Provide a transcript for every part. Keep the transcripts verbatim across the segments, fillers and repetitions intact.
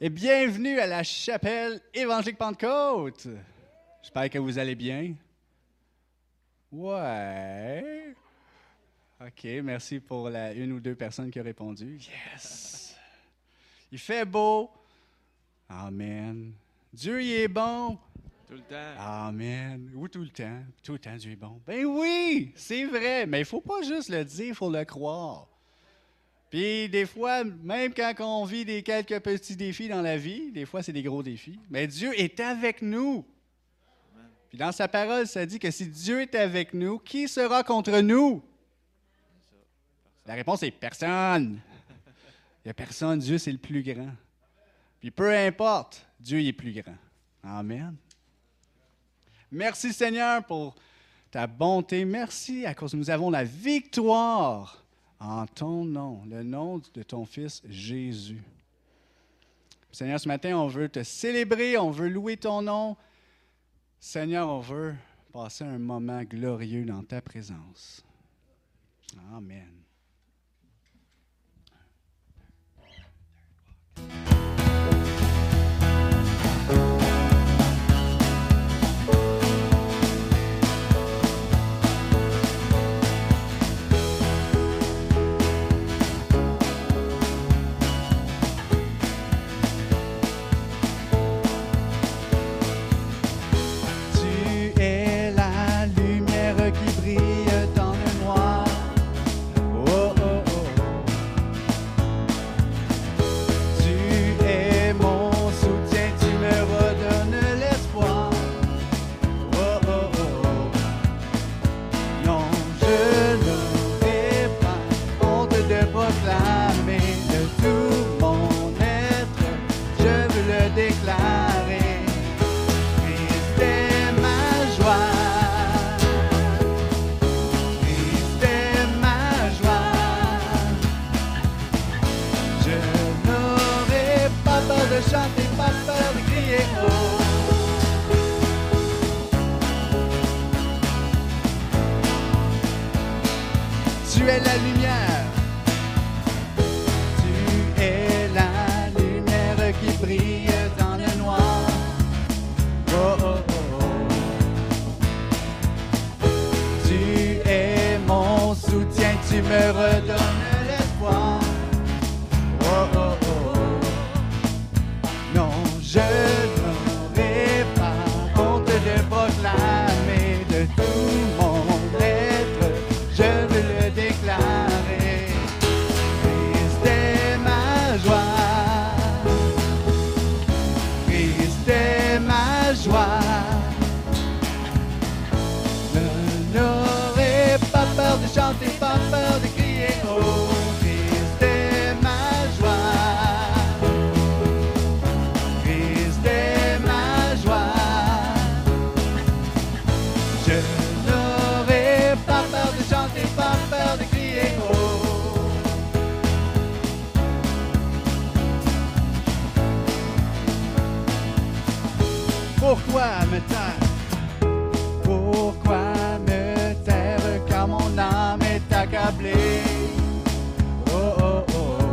Et bienvenue à la chapelle évangélique Pentecôte. J'espère que vous allez bien. Ouais. OK, merci pour la une ou deux personnes qui ont répondu. Yes. Il fait beau. Amen. Dieu, il est bon. Tout le temps. Amen. Oui, tout le temps. Tout le temps, Dieu est bon. Ben oui, c'est vrai. Mais il ne faut pas juste le dire, il faut le croire. Puis des fois, même quand on vit des quelques petits défis dans la vie, des fois c'est des gros défis, mais Dieu est avec nous. Puis dans sa parole, ça dit que si Dieu est avec nous, qui sera contre nous? La réponse est personne. Il n'y a personne, Dieu c'est le plus grand. Puis peu importe, Dieu il est plus grand. Amen. Merci Seigneur pour ta bonté. Merci à cause que nous avons la victoire en ton nom, le nom de ton Fils Jésus. Seigneur, ce matin, on veut te célébrer, on veut louer ton nom. Seigneur, on veut passer un moment glorieux dans ta présence. Amen. Tu es la lumière. Tu es la lumière qui brille dans le noir. Oh, oh, oh, oh. Tu es mon soutien, tu me redonnes l'espoir. Oh, oh, oh. Non, je n'aurai pas honte de proclamer de tout mon être. Je veux le déclarer. Christ est ma joie. Christ est ma joie. Je n'aurai pas peur de chanter, pas peur de crier. Oh, Christ est ma joie. Christ est ma joie. Je n'aurai pas peur de chanter, pas peur de crier. Oh. Pourquoi me taire? Pourquoi me taire quand mon âme est accablée? Oh, oh,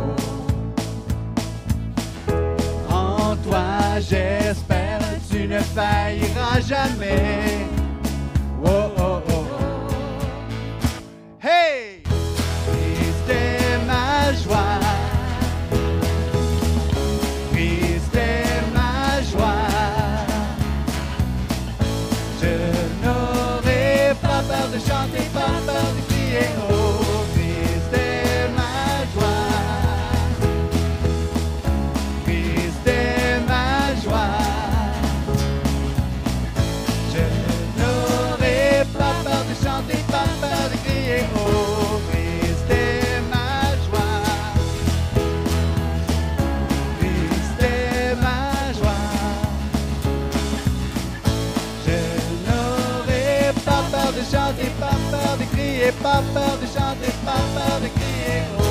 oh. En toi j'espère, tu ne failliras jamais. Oh, oh, oh. Hey! Christ est ma joie. Christ est ma joie. Je n'aurai pas peur de chanter, pas peur de crier. Oh, Christ est ma joie. Christ est ma joie. Je n'aurai pas peur de chanter, pas peur de crier. Oh, Christ est ma joie. Christ est ma joie. Je n'aurai pas peur de chanter, pas peur de crier, pas peur de chanter, pas peur de crier. Oh.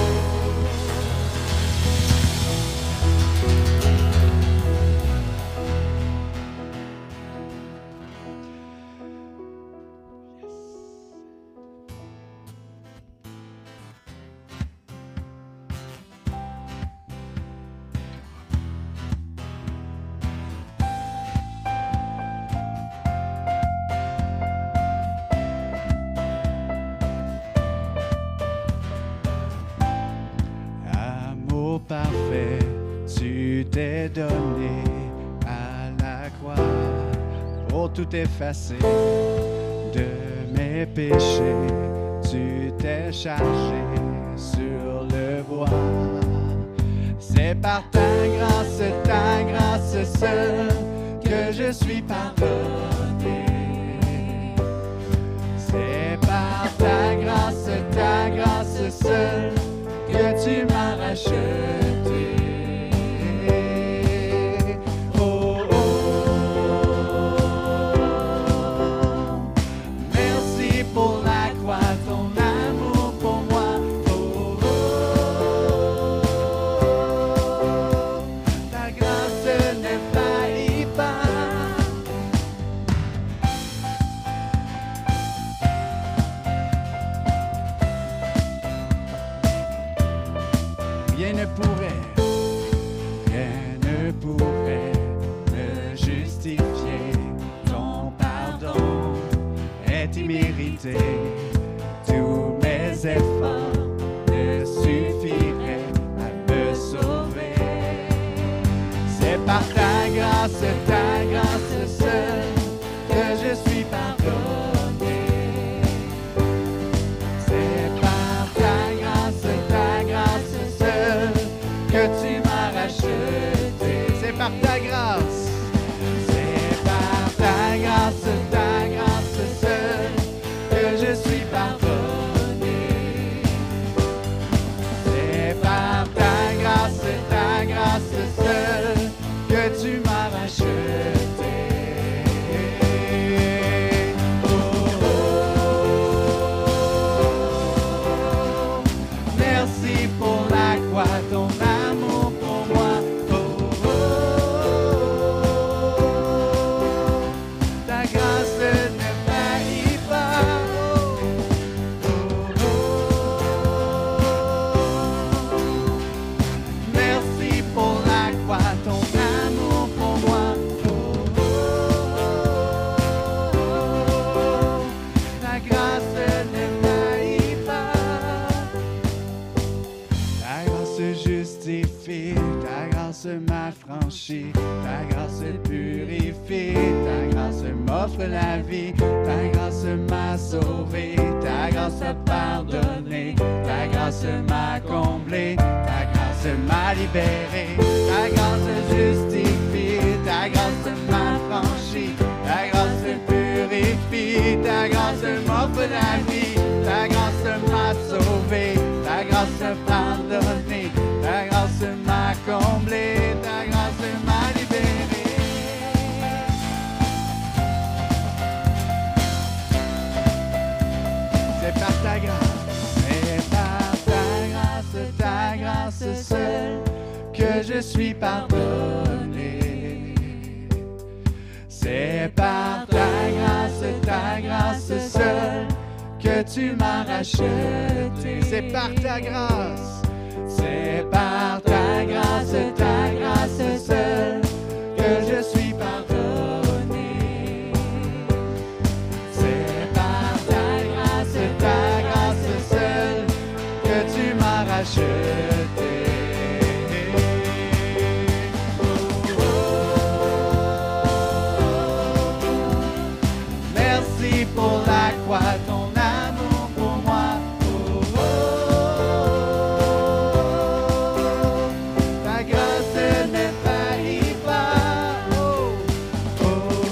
l'amour parfait, tu t'es donné à la croix pour tout effacer de mes péchés. Tu t'es chargé sur le bois. C'est par ta grâce, ta grâce seule, que je suis pardonné. C'est par ta grâce, ta grâce seule, que tu m'as racheté. Oh, oh, oh. Merci pour la croix, ton amour pour moi. Oh, oh, oh. Ta grâce ne faillit pas. Rien ne pourrait, rien ne pourrait me justifier. Ton pardon est immérité. Tous mes efforts ne suffiraient à me sauver. C'est par ta grâce, ta grâce seule, que je suis pardonné. C'est par ta grâce, ta grâce seule, que tu m'as racheté. C'est par ta grâce, c'est par ta grâce, ta grâce seule, que je suis pardonné. C'est par ta grâce, ta grâce seule, que tu m'as racheté. Oh, oh, oh. Merci pour la croix, ton amour pour moi. Oh, oh, oh. Ta grâce ne faillit pas. Oh, oh, oh. Merci pour la croix, ton amour pour moi. Oh, oh, oh. Ta grâce ne faillit pas. Ta grâce justifie, ta grâce m'affranchit, ta grâce purifie, ta grâce m'offre la vie, ta grâce m'a sauvé, ta grâce a pardonné, ta grâce m'a comblé, ta grâce m'a libéré, ta grâce justifie, ta grâce m'affranchit, ta grâce purifie, ta grâce m'offre la vie, ta grâce m'a sauvé, ta grâce a pardonné, ta grâce m'a comblé, ta grâce m'a libéré. C'est par ta grâce, c'est par ta grâce, ta grâce seule, que je suis pardonné. C'est par ta grâce, ta grâce seule, que tu m'as racheté. C'est par ta grâce, c'est par ta grâce, ta grâce seule, que je suis pardonné. C'est par ta grâce, ta grâce seule, que tu m'as racheté. Oh, oh, oh. Merci pour la croix, ton amour pour moi. Oh, oh, oh. Ta grâce ne faillit pas. Oh, oh,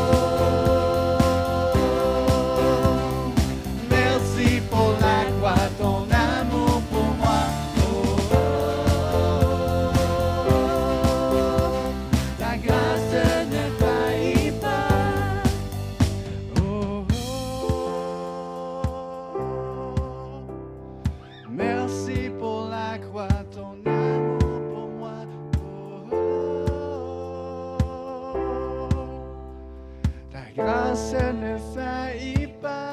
oh. Merci pour la croix, ton amour pour moi. Oh, oh, oh. Ta grâce ne faillit pas. Oh, oh. Merci pour la croix, ton amour pour moi. Oh, oh. Ta grâce ne faillit pas.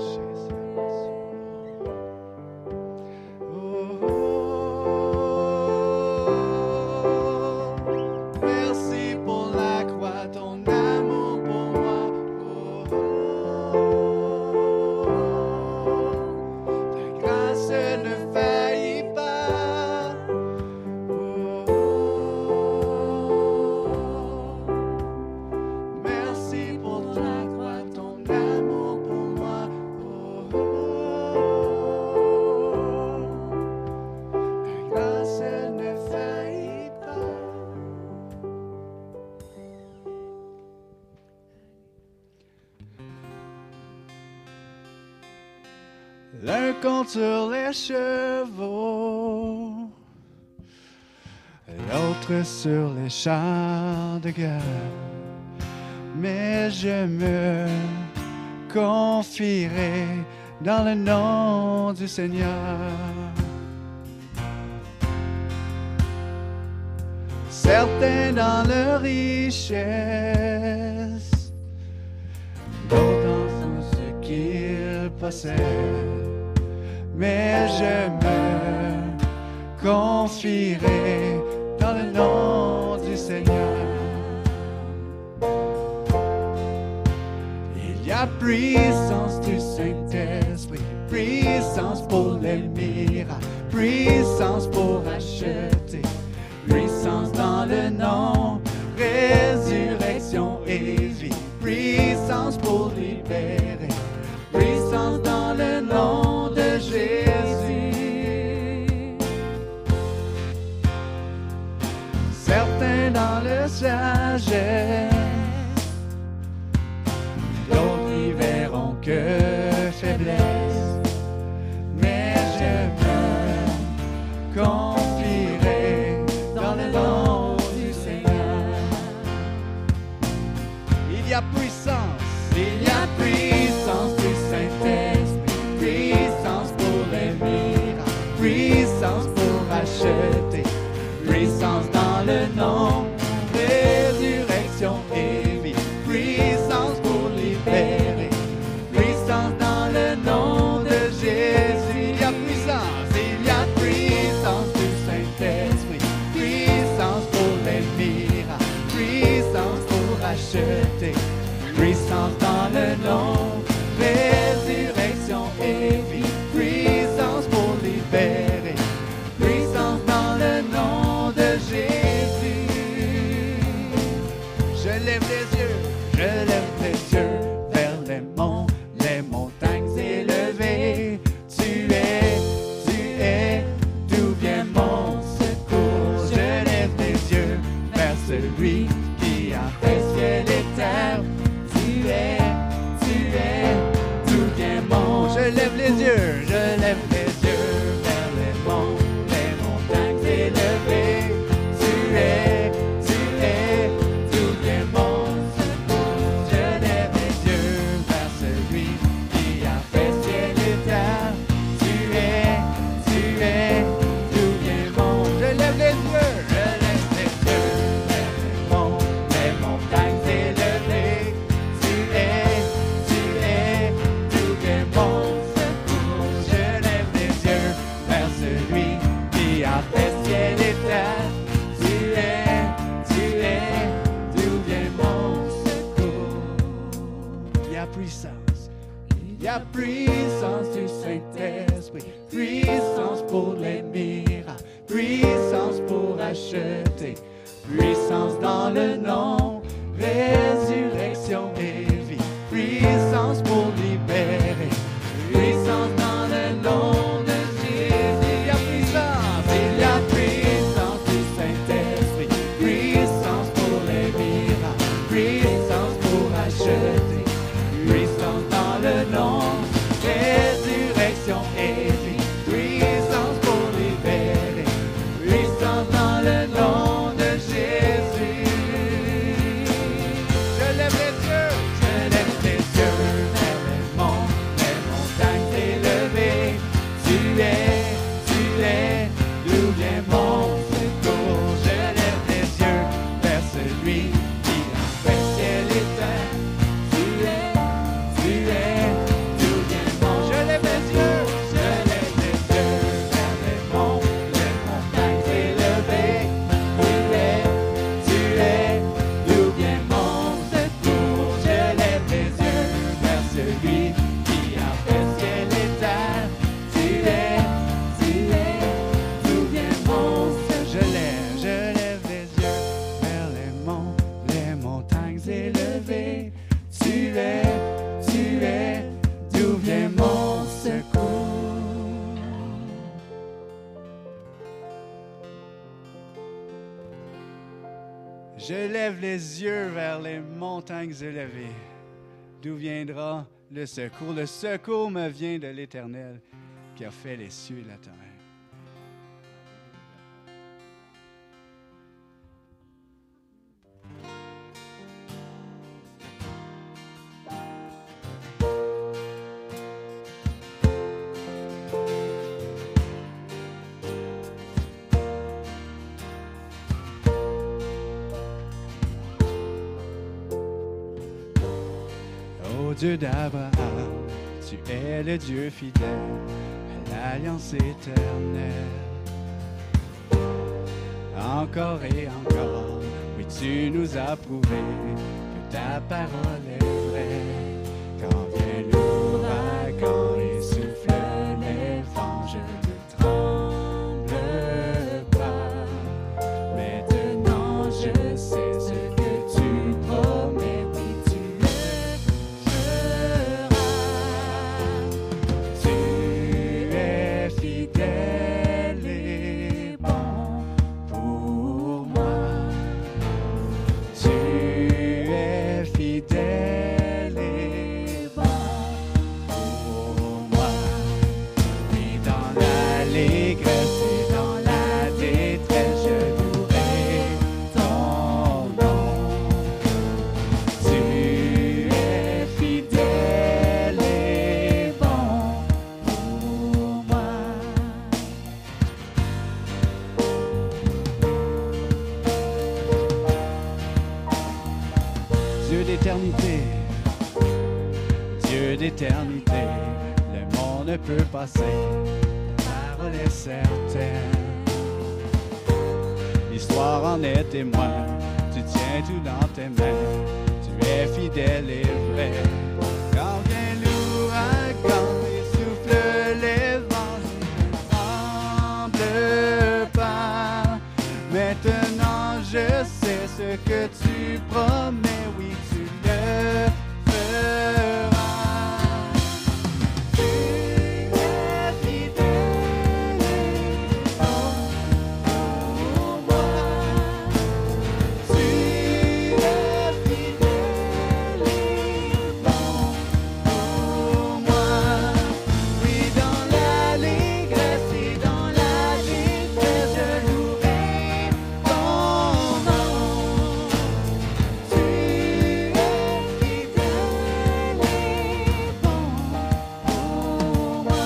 Oh, oh, l'un compte sur les chevaux, l'autre sur les chars de guerre. Mais je me confierai dans le nom du Seigneur. Certains dans leur richesse, d'autres dans tout ce qu'ils possèdent. Mais je me confierai dans le nom du Seigneur. Il y a puissance du Saint-Esprit, puissance pour les miracles, puissance pour acheter, puissance dans le nom, résurrection et vie, puissance pour libérer, puissance dans le nom de Jésus. Certains dans le sagesse, d'autres n'y verront que faiblesse, mais je me confierai dans le nom du Seigneur. Il y a puissance, il y a puissance du Saint-Esprit, puissance pour les miracles, puissance pour acheter, puissance dans le nom, résurrection et vie, puissance pour libérer, puissance dans le nom de Jésus. Il y a puissance, il y a puissance du Saint-Esprit, puissance pour les miracles, puissance pour acheter, puissance dans le nom, résurrection et vie, puissance pour libérer, puissance dans le nom de Jésus. Je lève les yeux, je lève les yeux vers les monts, les montagnes élevées. Tu es, tu es, d'où vient mon secours. Je lève les yeux vers celui qui a fait ciel et terre. Tu es, tu es, d'où vient mon. Je lève les yeux, je lève les yeux vers les monts, les montagnes élevées. Tu es, tu es, d'où vient mon secours. Je lève les yeux vers celui qui a fait ciel et terre. Tu es, tu es, d'où vient mon. Je lève les yeux, je lève les yeux vers les monts, les montagnes élevées. Tu es, tu es, d'où vient mon secours. Je lève les yeux vers celui qui a fait ciel et terre. Tu es, tu es, d'où vient mon secours. Il y a puissance, il y a puissance du Saint-Esprit, puissance pour les miracles, puissance pour acheter, puissance dans le nom, résurrection et vie, puissance pour libérer, puissance dans le nom de Jésus. Il y a puissance, il y a puissance du Saint-Esprit, puissance pour les miracles, puissance pour acheter, puissance dans le nom, résurrection et vie, puissance pour libérer, puissance dans le nom de Jésus. Je lève les yeux, je lève les yeux vers les monts, les montagnes élevées. Tu es, tu es, d'où vient mon secours. Je lève les yeux vers celui qui a fait ciel et terre. Tu es, tu es, d'où vient mon. Je lève les yeux, je lève les yeux vers les monts, les montagnes élevées. Tu es, tu es, d'où vient mon secours. Je lève les yeux vers celui qui a fait ciel et terre. Tu es, tu es, d'où vient mon secours. Je lève, je lève les yeux vers les monts, les montagnes élevées. Tu es, tu es, d'où vient mon secours. Je lève les yeux vers les montagnes élevées. D'où viendra le secours. Le secours me vient de l'Éternel qui a fait les cieux et la terre. Ô Dieu d'Abraham, tu es le Dieu fidèle à l'alliance éternelle. Encore et encore, oui, tu nous as prouvé que ta parole est vraie. Quand vient l'ouragan et souffle les vents, je ne tremble pas. Maintenant, je sais ce que tu promets, oui, tu le feras. Tu es fidèle et bon pour moi. Tu es fidèle et bon pour moi. Et dans l'allégresse et dans la détresse, je louerai ton nom. Tu es fidèle et bon pour moi. Dieu d'éternité, Dieu d'éternité, le monde peut passer, ta parole est certaine. L'histoire en est témoin, tu tiens tout dans tes mains, tu es fidèle et vrai. Quand vient l'ouragan et souffle les vents, je ne tremble pas. Maintenant je sais ce que tu promets, oui tu le feras. Tu es fidèle et bon pour moi. Tu es fidèle et bon pour moi. Oui, dans l'allégresse et dans la détresse, je louerai ton nom. Tu es fidèle et bon pour moi.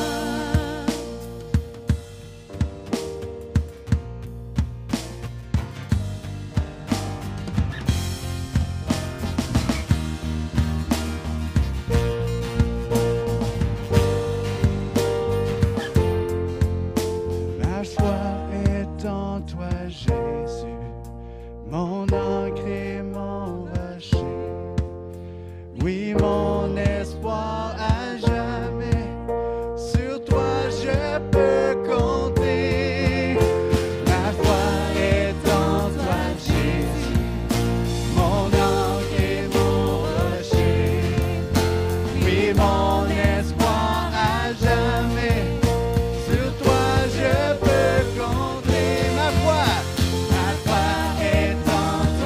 Ma foi est en toi, Jésus, mon ancre et mon rocher. Oui, mon espoir à jamais, sur toi je peux compter. Ma foi est en toi, Jésus, mon ancre et mon rocher. Oui, mon espoir à jamais, sur toi je peux compter. Ma foi, ma foi est en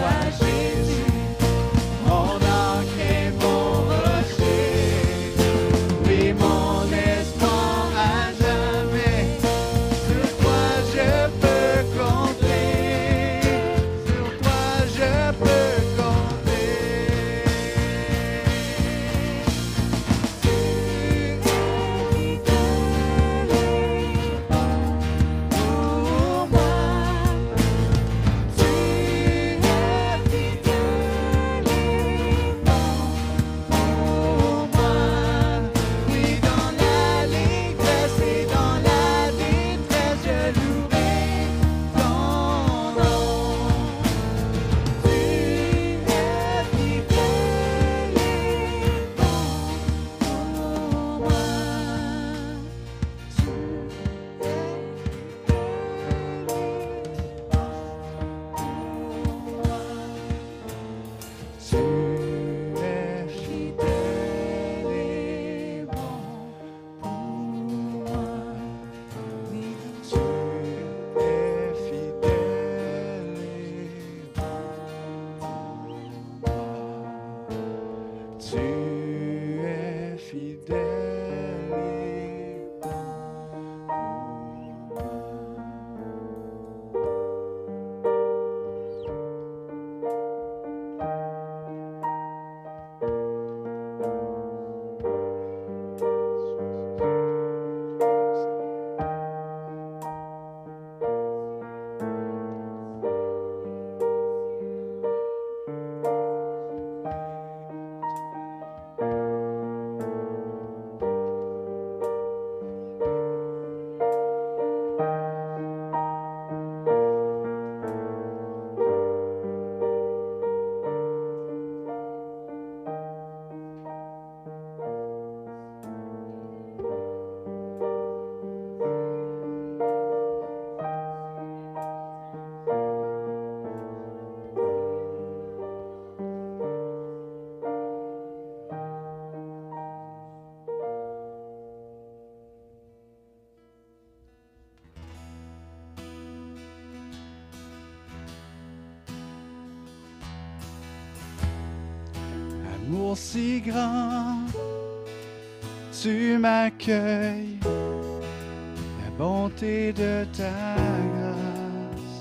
Amour si grand, tu m'accueilles, la bonté de ta grâce,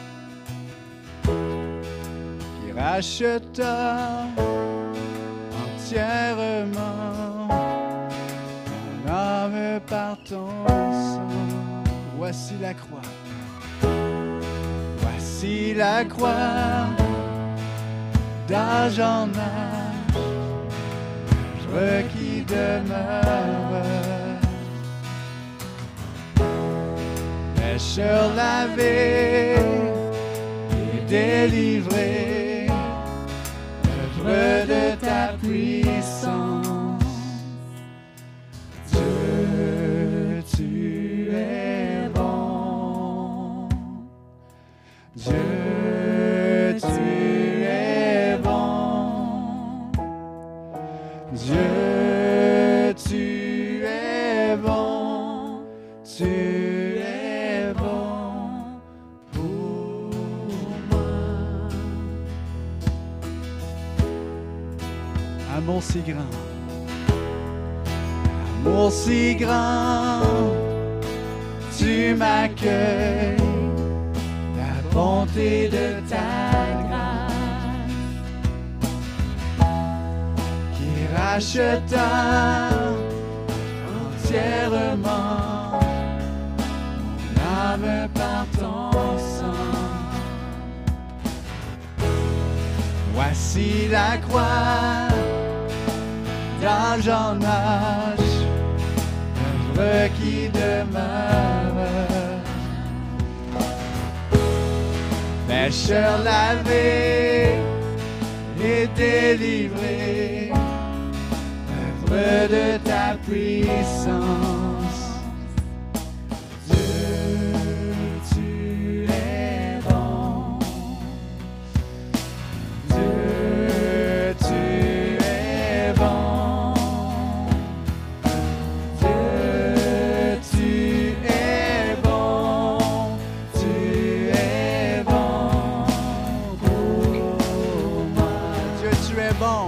qui racheta entièrement mon âme par ton sang. Voici la croix, voici la croix, d'âge en âge, œuvre qui demeure, pécheur lavé et délivré, œuvre de ta puissance. Dieu, tu es bon. Dieu, tu es bon. Dieu, tu es bon. Tu es bon pour moi. Amour si grand, amour si grand, tu m'accueilles, la bonté de ta grâce, qui racheta entièrement mon âme par ton sang. Voici la croix, d'âge en âge, œuvre qui demeure, pécheur lavé et délivré, œuvre de ta puissance. Dieu, tu es bon. Dieu, tu es bon. Dieu, tu es bon. Tu es bon pour moi. Dieu, tu es bon.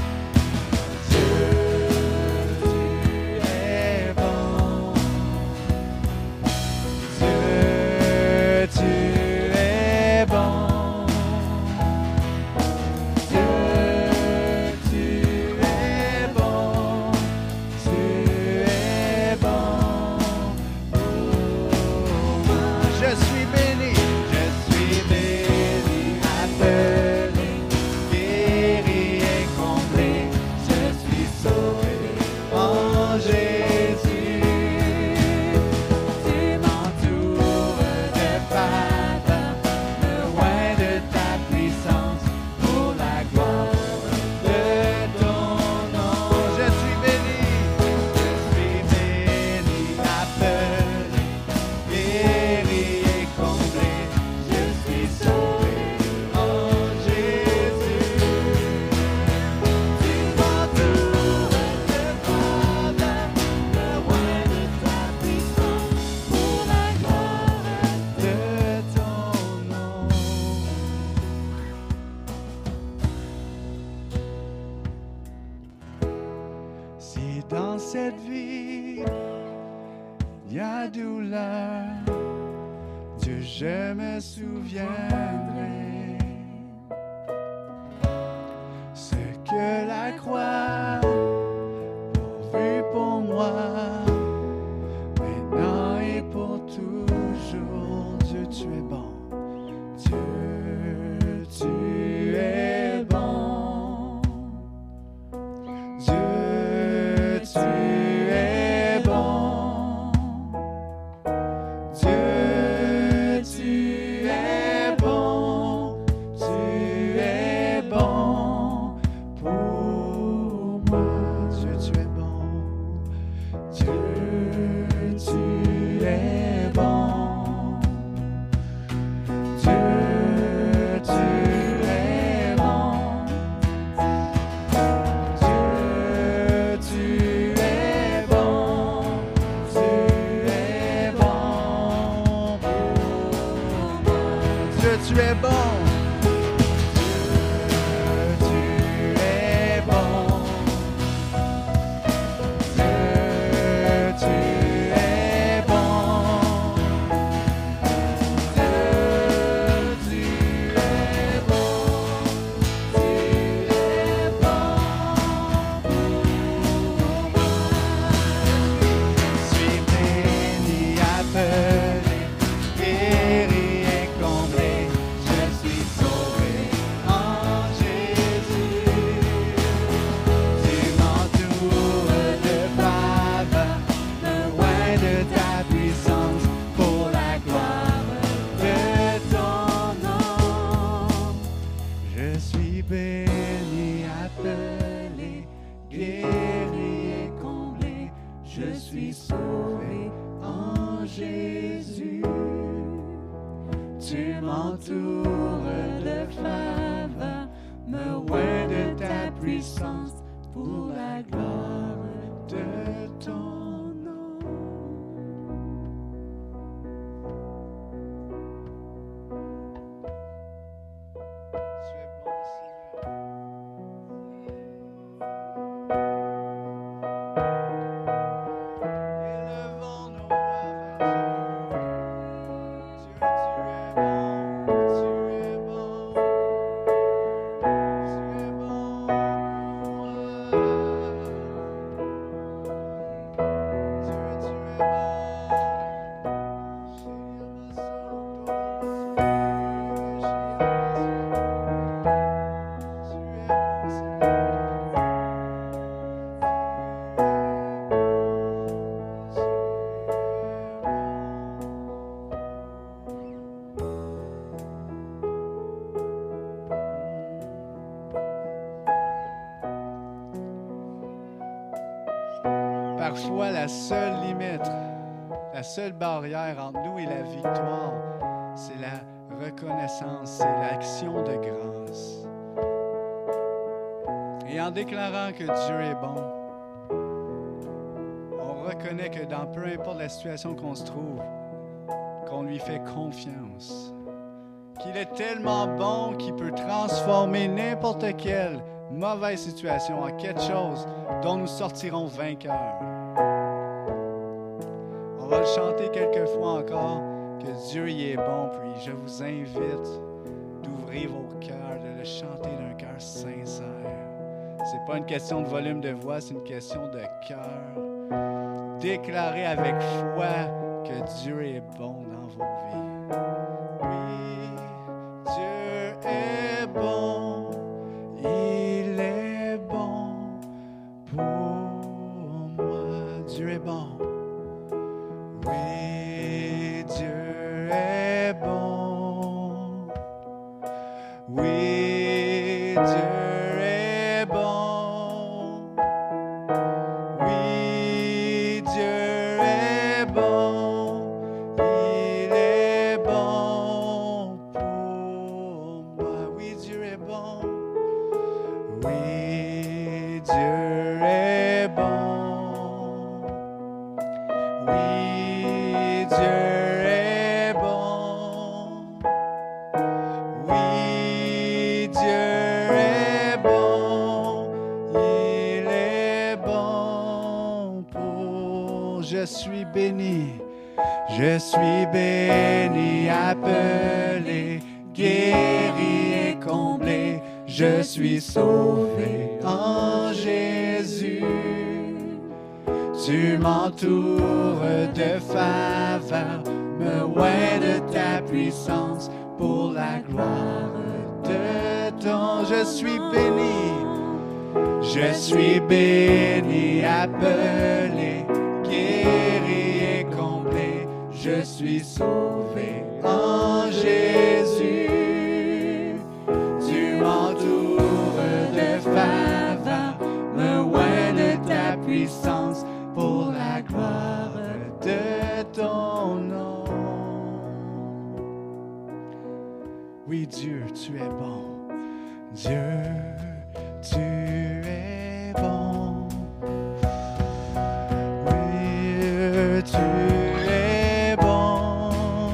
Dans cette vie, il y a douleur, Dieu, je me souviendrai ce que la croix a pour moi, maintenant et pour toujours. Dieu, tu es bon. Dieu, tu es bon. Dieu, tu es bon. Dieu, tu es bon. Tu es bon pour moi. Dieu, tu es bon. Dieu, tu es bon. Dieu, tu es bon. Dieu, tu es bon. Tu es bon pour moi. Dieu, tu es bon. Dieu, tu es bon. m'entoure de faveur, me oint de ta puissance pour la gloire de ton nom. Tu es bon, Seigneur. Élevons nos voix vers Dieu. Dieu, tu es bon, tu es bon. Tu es bon pour moi. Dieu, tu es bon. Chérie, ma soeur, tu es bon, Seigneur. Parfois, la seule limite, la seule barrière entre nous et la victoire, c'est la reconnaissance, c'est l'action de grâce. Et en déclarant que Dieu est bon, on reconnaît que dans peu importe la situation qu'on se trouve, qu'on lui fait confiance, qu'il est tellement bon qu'il peut transformer n'importe quelle mauvaise situation en quelque chose dont nous sortirons vainqueurs. On va le chanter quelques fois encore, que Dieu y est bon, puis je vous invite d'ouvrir vos cœurs, de le chanter d'un cœur sincère. C'est pas une question de volume de voix, c'est une question de cœur. Déclarez avec foi que Dieu est bon dans vos vies. Oui, Dieu est bon, il est bon pour moi. Dieu est bon. Oui, Dieu est bon. Oui, Dieu est bon. Oui, Dieu est bon. Il est bon pour moi. Oui, Dieu est bon. Oui, Dieu est bon. Oui, Dieu est bon. Oui, Dieu est bon. Il est bon pour. Je suis béni. Je suis béni, appelé, guéri et comblé. Je suis sauvé en Jésus. Tu m'entoures de faveur, me oins de ta puissance pour la gloire de ton. Je suis béni, je suis béni, appelé, guéri et comblé. Je suis sauvé en Jésus. Tu m'entoures de faveur, me oins de ta puissance pour la gloire de ton nom. Oui, Dieu, tu es bon. Dieu, tu es bon. Oui, tu es bon.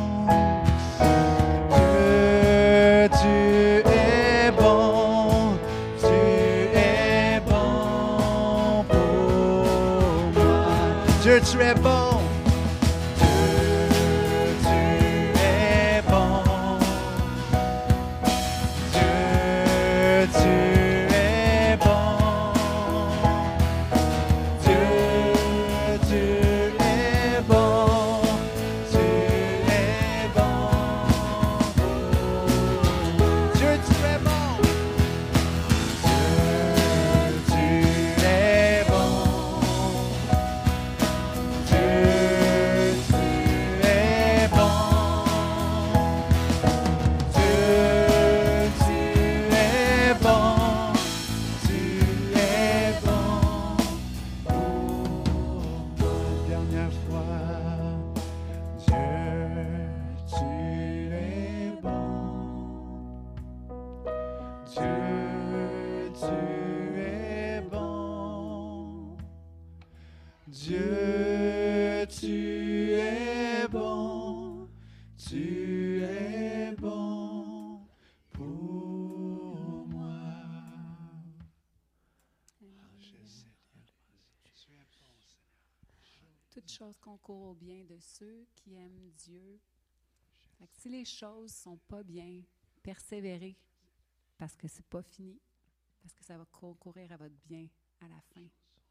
Dieu, tu es bon. Tu es bon pour moi. Dieu, tu es bon. Tu es bon. Dieu, tu es bon. Dieu, tu es bon. Tu es bon pour moi. Toutes choses concourent au bien de ceux qui aiment Dieu. Fait que si les choses sont pas bien, persévérez parce que c'est pas fini, parce que ça va concourir à votre bien à la fin.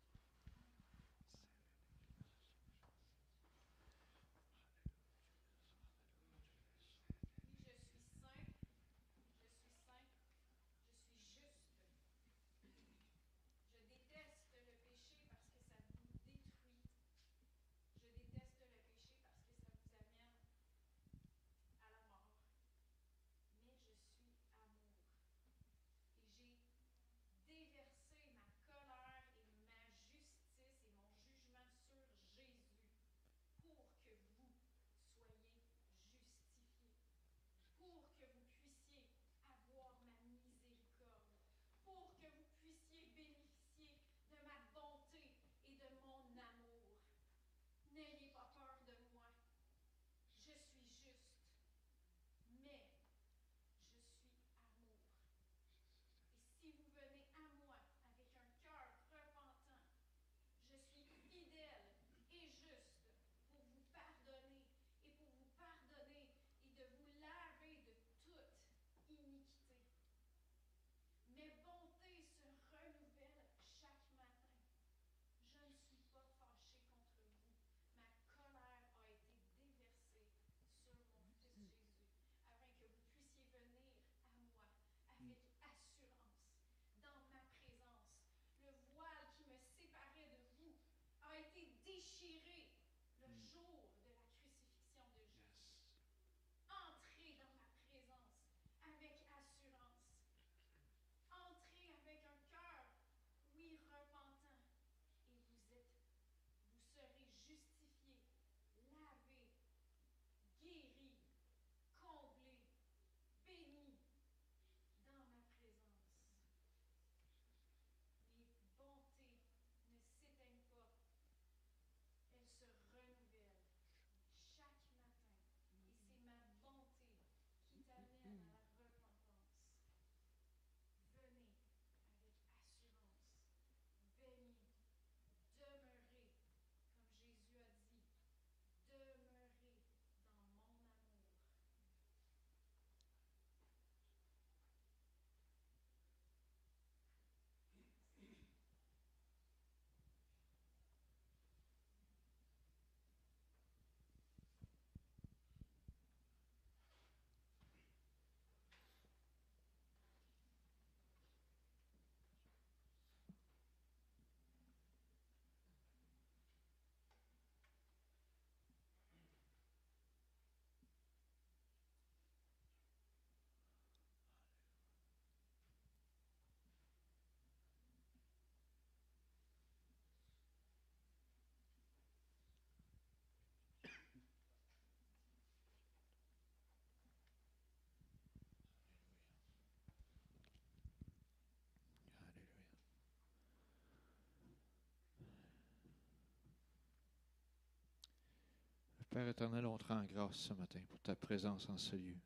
Père éternel, on te rend grâce ce matin pour ta présence en ce lieu.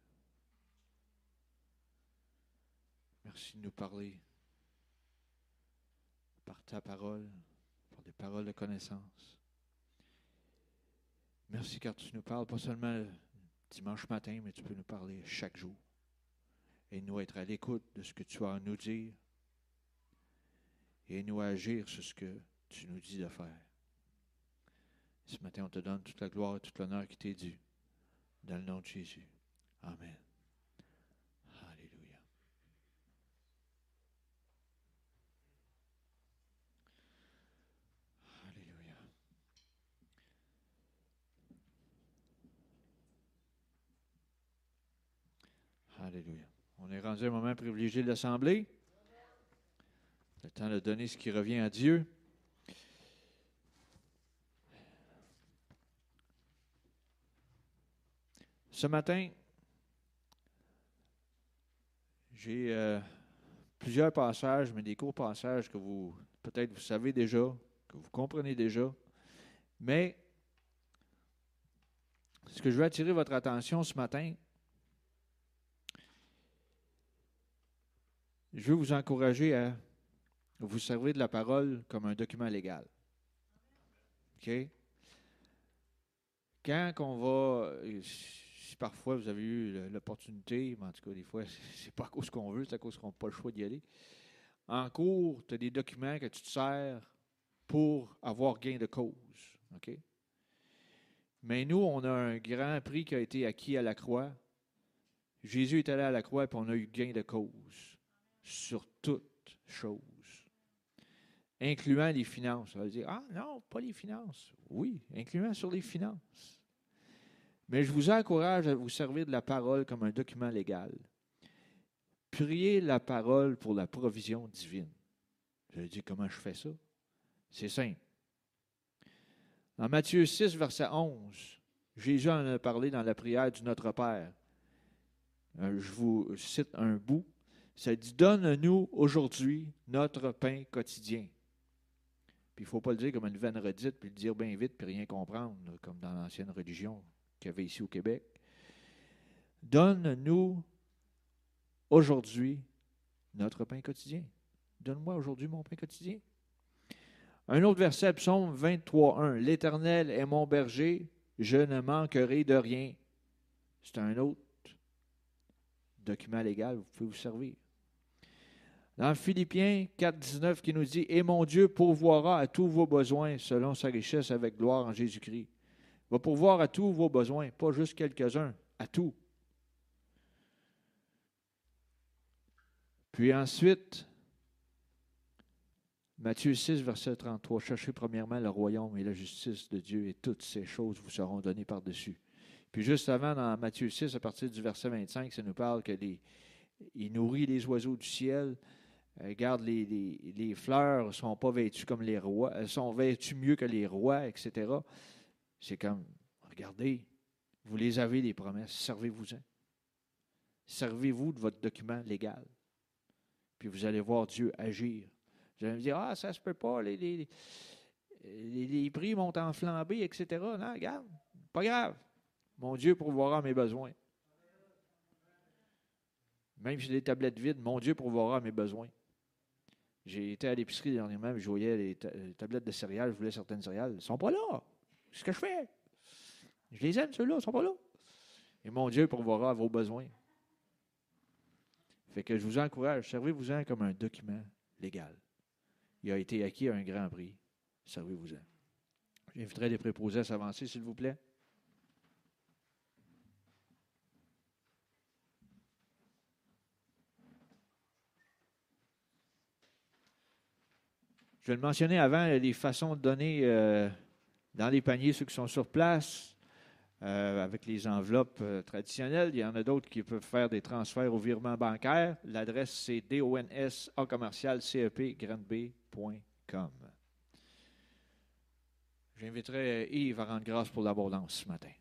Merci de nous parler par ta parole, par des paroles de connaissance. Merci car tu nous parles pas seulement le dimanche matin, mais tu peux nous parler chaque jour. Et nous être à l'écoute de ce que tu as à nous dire et nous agir sur ce que tu nous dis de faire. Ce matin, on te donne toute la gloire et tout l'honneur qui t'est dû. Dans le nom de Jésus. Amen. Alléluia. Alléluia. Alléluia. On est rendu à un moment privilégié de l'Assemblée. Le temps de donner ce qui revient à Dieu. Ce matin, j'ai, euh, plusieurs passages, mais des courts passages que vous, peut-être vous savez déjà, que vous comprenez déjà. Mais ce que je veux attirer votre attention ce matin, je veux vous encourager à vous servir de la parole comme un document légal. OK? Quand on va, si parfois vous avez eu l'opportunité, mais en tout cas des fois, c'est pas à cause qu'on veut, c'est à cause qu'on n'a pas le choix d'y aller. En cours, tu as des documents que tu te sers pour avoir gain de cause. OK? Mais nous, on a un grand prix qui a été acquis à la croix. Jésus est allé à la croix et on a eu gain de cause sur toute chose, incluant les finances. On va dire, ah non, pas les finances. Oui, incluant sur les finances. Mais je vous encourage à vous servir de la parole comme un document légal. Priez la parole pour la provision divine. Je vais dire comment je fais ça. C'est simple. Dans Matthieu six, verset onze, Jésus en a parlé dans la prière du Notre Père. Je vous cite un bout. Ça dit, « Donne-nous aujourd'hui notre pain quotidien. » Puis il ne faut pas le dire comme une vaine redite, puis le dire bien vite, puis rien comprendre, comme dans l'ancienne religion qu'il y avait ici au Québec. « Donne-nous aujourd'hui notre pain quotidien. » Donne-moi aujourd'hui mon pain quotidien. Un autre verset, Psaume vingt-trois, un. « L'Éternel est mon berger, je ne manquerai de rien. » C'est un autre document légal, vous pouvez vous servir. Dans Philippiens quatre, dix-neuf, qui nous dit « Et mon Dieu pourvoira à tous vos besoins selon sa richesse avec gloire en Jésus-Christ. » Il va pourvoir à tous vos besoins, pas juste quelques-uns, à tout. Puis ensuite, Matthieu six, verset trente-trois, « Cherchez premièrement le royaume et la justice de Dieu, et toutes ces choses vous seront données par-dessus. » Puis juste avant, dans Matthieu six, à partir du verset vingt-cinq, ça nous parle que les, il nourrit les oiseaux du ciel. Euh, regarde, les, les, les fleurs ne sont pas vêtues comme les rois, elles sont vêtues mieux que les rois, et cetera. C'est comme, regardez, vous les avez, les promesses, servez-vous-en. Servez-vous de votre document légal. Puis vous allez voir Dieu agir. Vous allez me dire, ah, ça ne se peut pas, les, les, les, les prix montent en flambée, et cetera. Non, regarde, pas grave. Mon Dieu pourvoira à mes besoins. Même si j'ai des tablettes vides, mon Dieu pourvoira à mes besoins. J'ai été à l'épicerie dernièrement, je voyais les, ta- les tablettes de céréales, je voulais certaines céréales. Elles ne sont pas là. C'est ce que je fais. Je les aime, ceux-là, ils ne sont pas là. Et mon Dieu pourvoira à vos besoins. Fait que je vous encourage, servez-vous-en comme un document légal. Il a été acquis à un grand prix. Servez-vous-en. J'inviterai les préposés à s'avancer, s'il vous plaît. Je vais le mentionner avant, les façons de donner euh, dans les paniers, ceux qui sont sur place, euh, avec les enveloppes euh, traditionnelles. Il y en a d'autres qui peuvent faire des transferts au virement bancaire. L'adresse, c'est dons a commercial cep granby point com. J'inviterai Yves à rendre grâce pour l'abondance ce matin.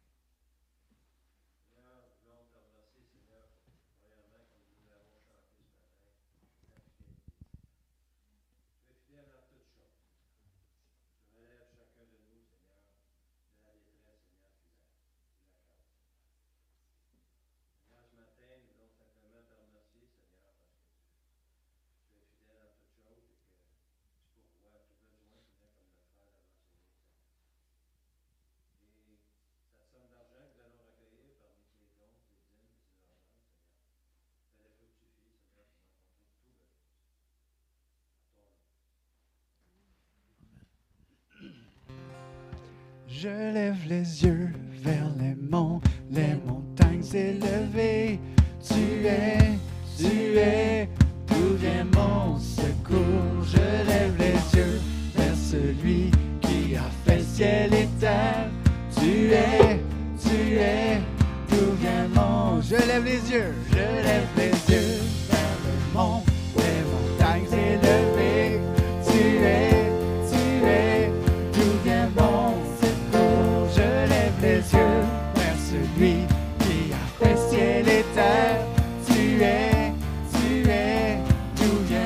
Je lève les yeux vers les monts, les montagnes élevées. Tu es, tu es, d'où vient mon secours. Je lève les yeux vers celui qui a fait ciel et terre. Tu es, tu es, d'où vient mon... Je lève les yeux, je lève les yeux vers les monts, les montagnes élevées. Tu es, tu es, d'où vient mon secours. Je lève les yeux vers celui qui a fait ciel et terre. Tu es, tu es, d'où vient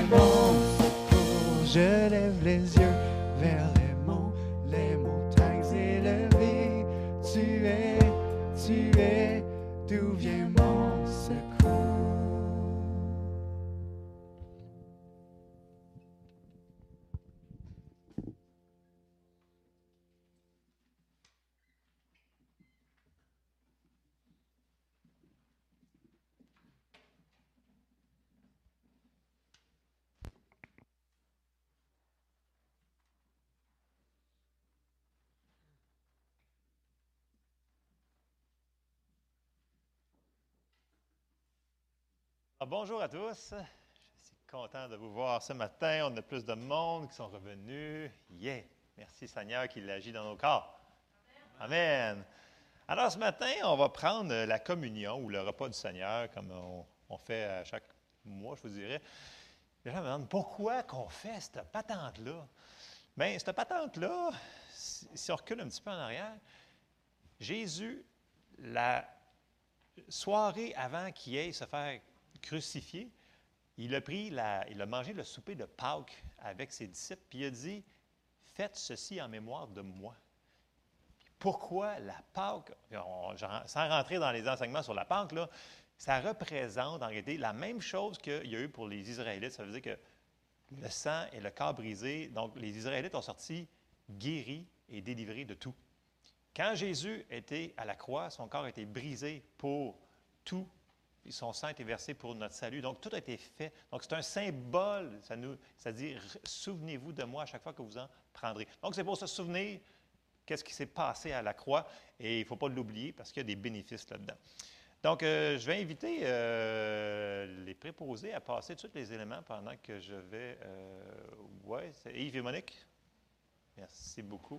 Ah, bonjour à tous. Je suis content de vous voir ce matin. On a plus de monde qui sont revenus. Yeah! Merci Seigneur qu'il agit dans nos corps. Amen. Alors ce matin, on va prendre la communion ou le repas du Seigneur comme on, on fait à chaque mois, je vous dirais. Les gens me demandent pourquoi qu'on fait cette patente-là. Bien, cette patente-là, si, si on recule un petit peu en arrière, Jésus, la soirée avant qu'il aille se faire crucifié, il a pris la, il a mangé le souper de Pâques avec ses disciples, puis il a dit « Faites ceci en mémoire de moi ». Pourquoi la Pâques, on, sans rentrer dans les enseignements sur la Pâques, là, ça représente en réalité la même chose qu'il y a eu pour les Israélites. Ça veut dire que le sang et le corps brisé, donc les Israélites ont sorti guéris et délivrés de tout. Quand Jésus était à la croix, son corps a été brisé pour tout. Son sang a été versé pour notre salut. Donc, tout a été fait. Donc, c'est un symbole. Ça nous, ça dit, souvenez-vous de moi à chaque fois que vous en prendrez. Donc, c'est pour se souvenir qu'est-ce qui s'est passé à la croix. Et il ne faut pas l'oublier parce qu'il y a des bénéfices là-dedans. Donc, euh, je vais inviter euh, les préposés à passer tous les éléments pendant que je vais... Euh, oui, c'est Yves et Monique. Merci beaucoup.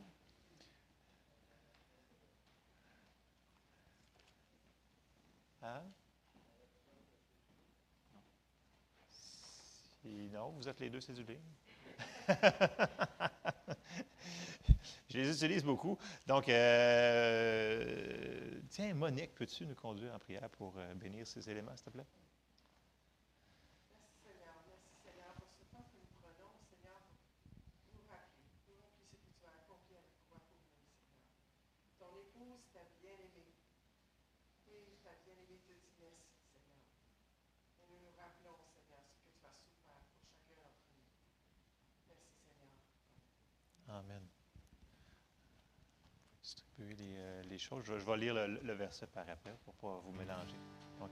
Hein? Non, vous êtes les deux cédulés. Je les utilise beaucoup. Donc, euh, tiens, Monique, peux-tu nous conduire en prière pour euh, bénir ces éléments, s'il te plaît? Merci Seigneur, merci Seigneur pour ce temps que nous prenons, Seigneur, pour nous rappeler, pour nous ce que tu as accompli à la croix pour nous, Seigneur. Ton épouse t'a bien aimé. Oui, t'a bien aimé, te dit merci, Seigneur. Et nous nous rappelons, Seigneur, ce que tu as souffert pour chacun d'entre nous. Merci, Seigneur. Amen. Distribuer les, euh, les choses. Je, je vais lire le, le verset par après pour ne pas vous mélanger. Donc,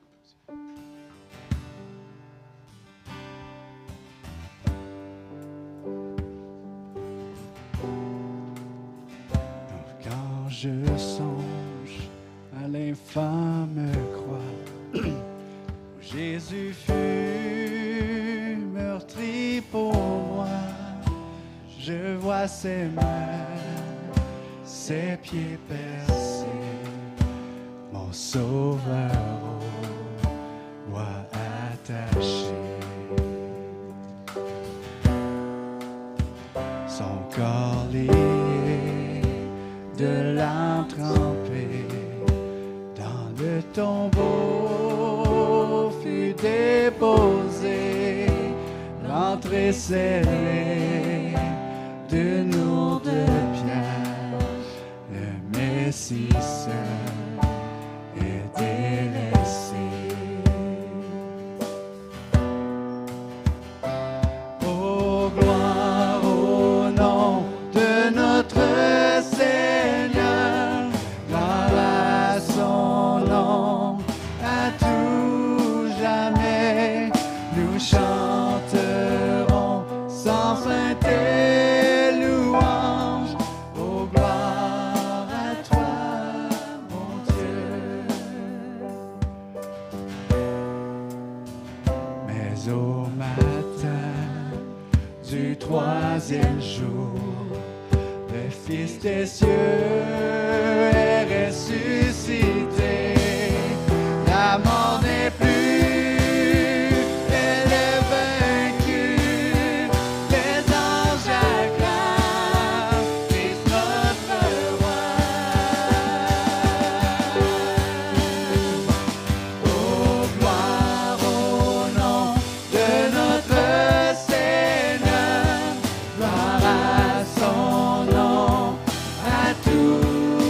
Quand je songe à l'infâme croix où Jésus fut meurtri pour moi, je vois ses mains, ses pieds percés, mon sauveur au bois attaché. Son corps lié, de l'âme trempée, dans le tombeau fut déposé, l'entrée scellée de nous de pierre, le Messie seul est délaissé. Oh, gloire au nom de notre Seigneur, gloire à son nom, à tout jamais, nous chanterons sans fin tes louanges. Oh, gloire à toi, mon Dieu. Mais au matin du troisième jour, le Fils des cieux est ressuscité. La mort n'est plus, elle est vaincue. Les anges acclament Christ notre roi. Oh, gloire au nom de notre Seigneur, gloire à son nom, à tout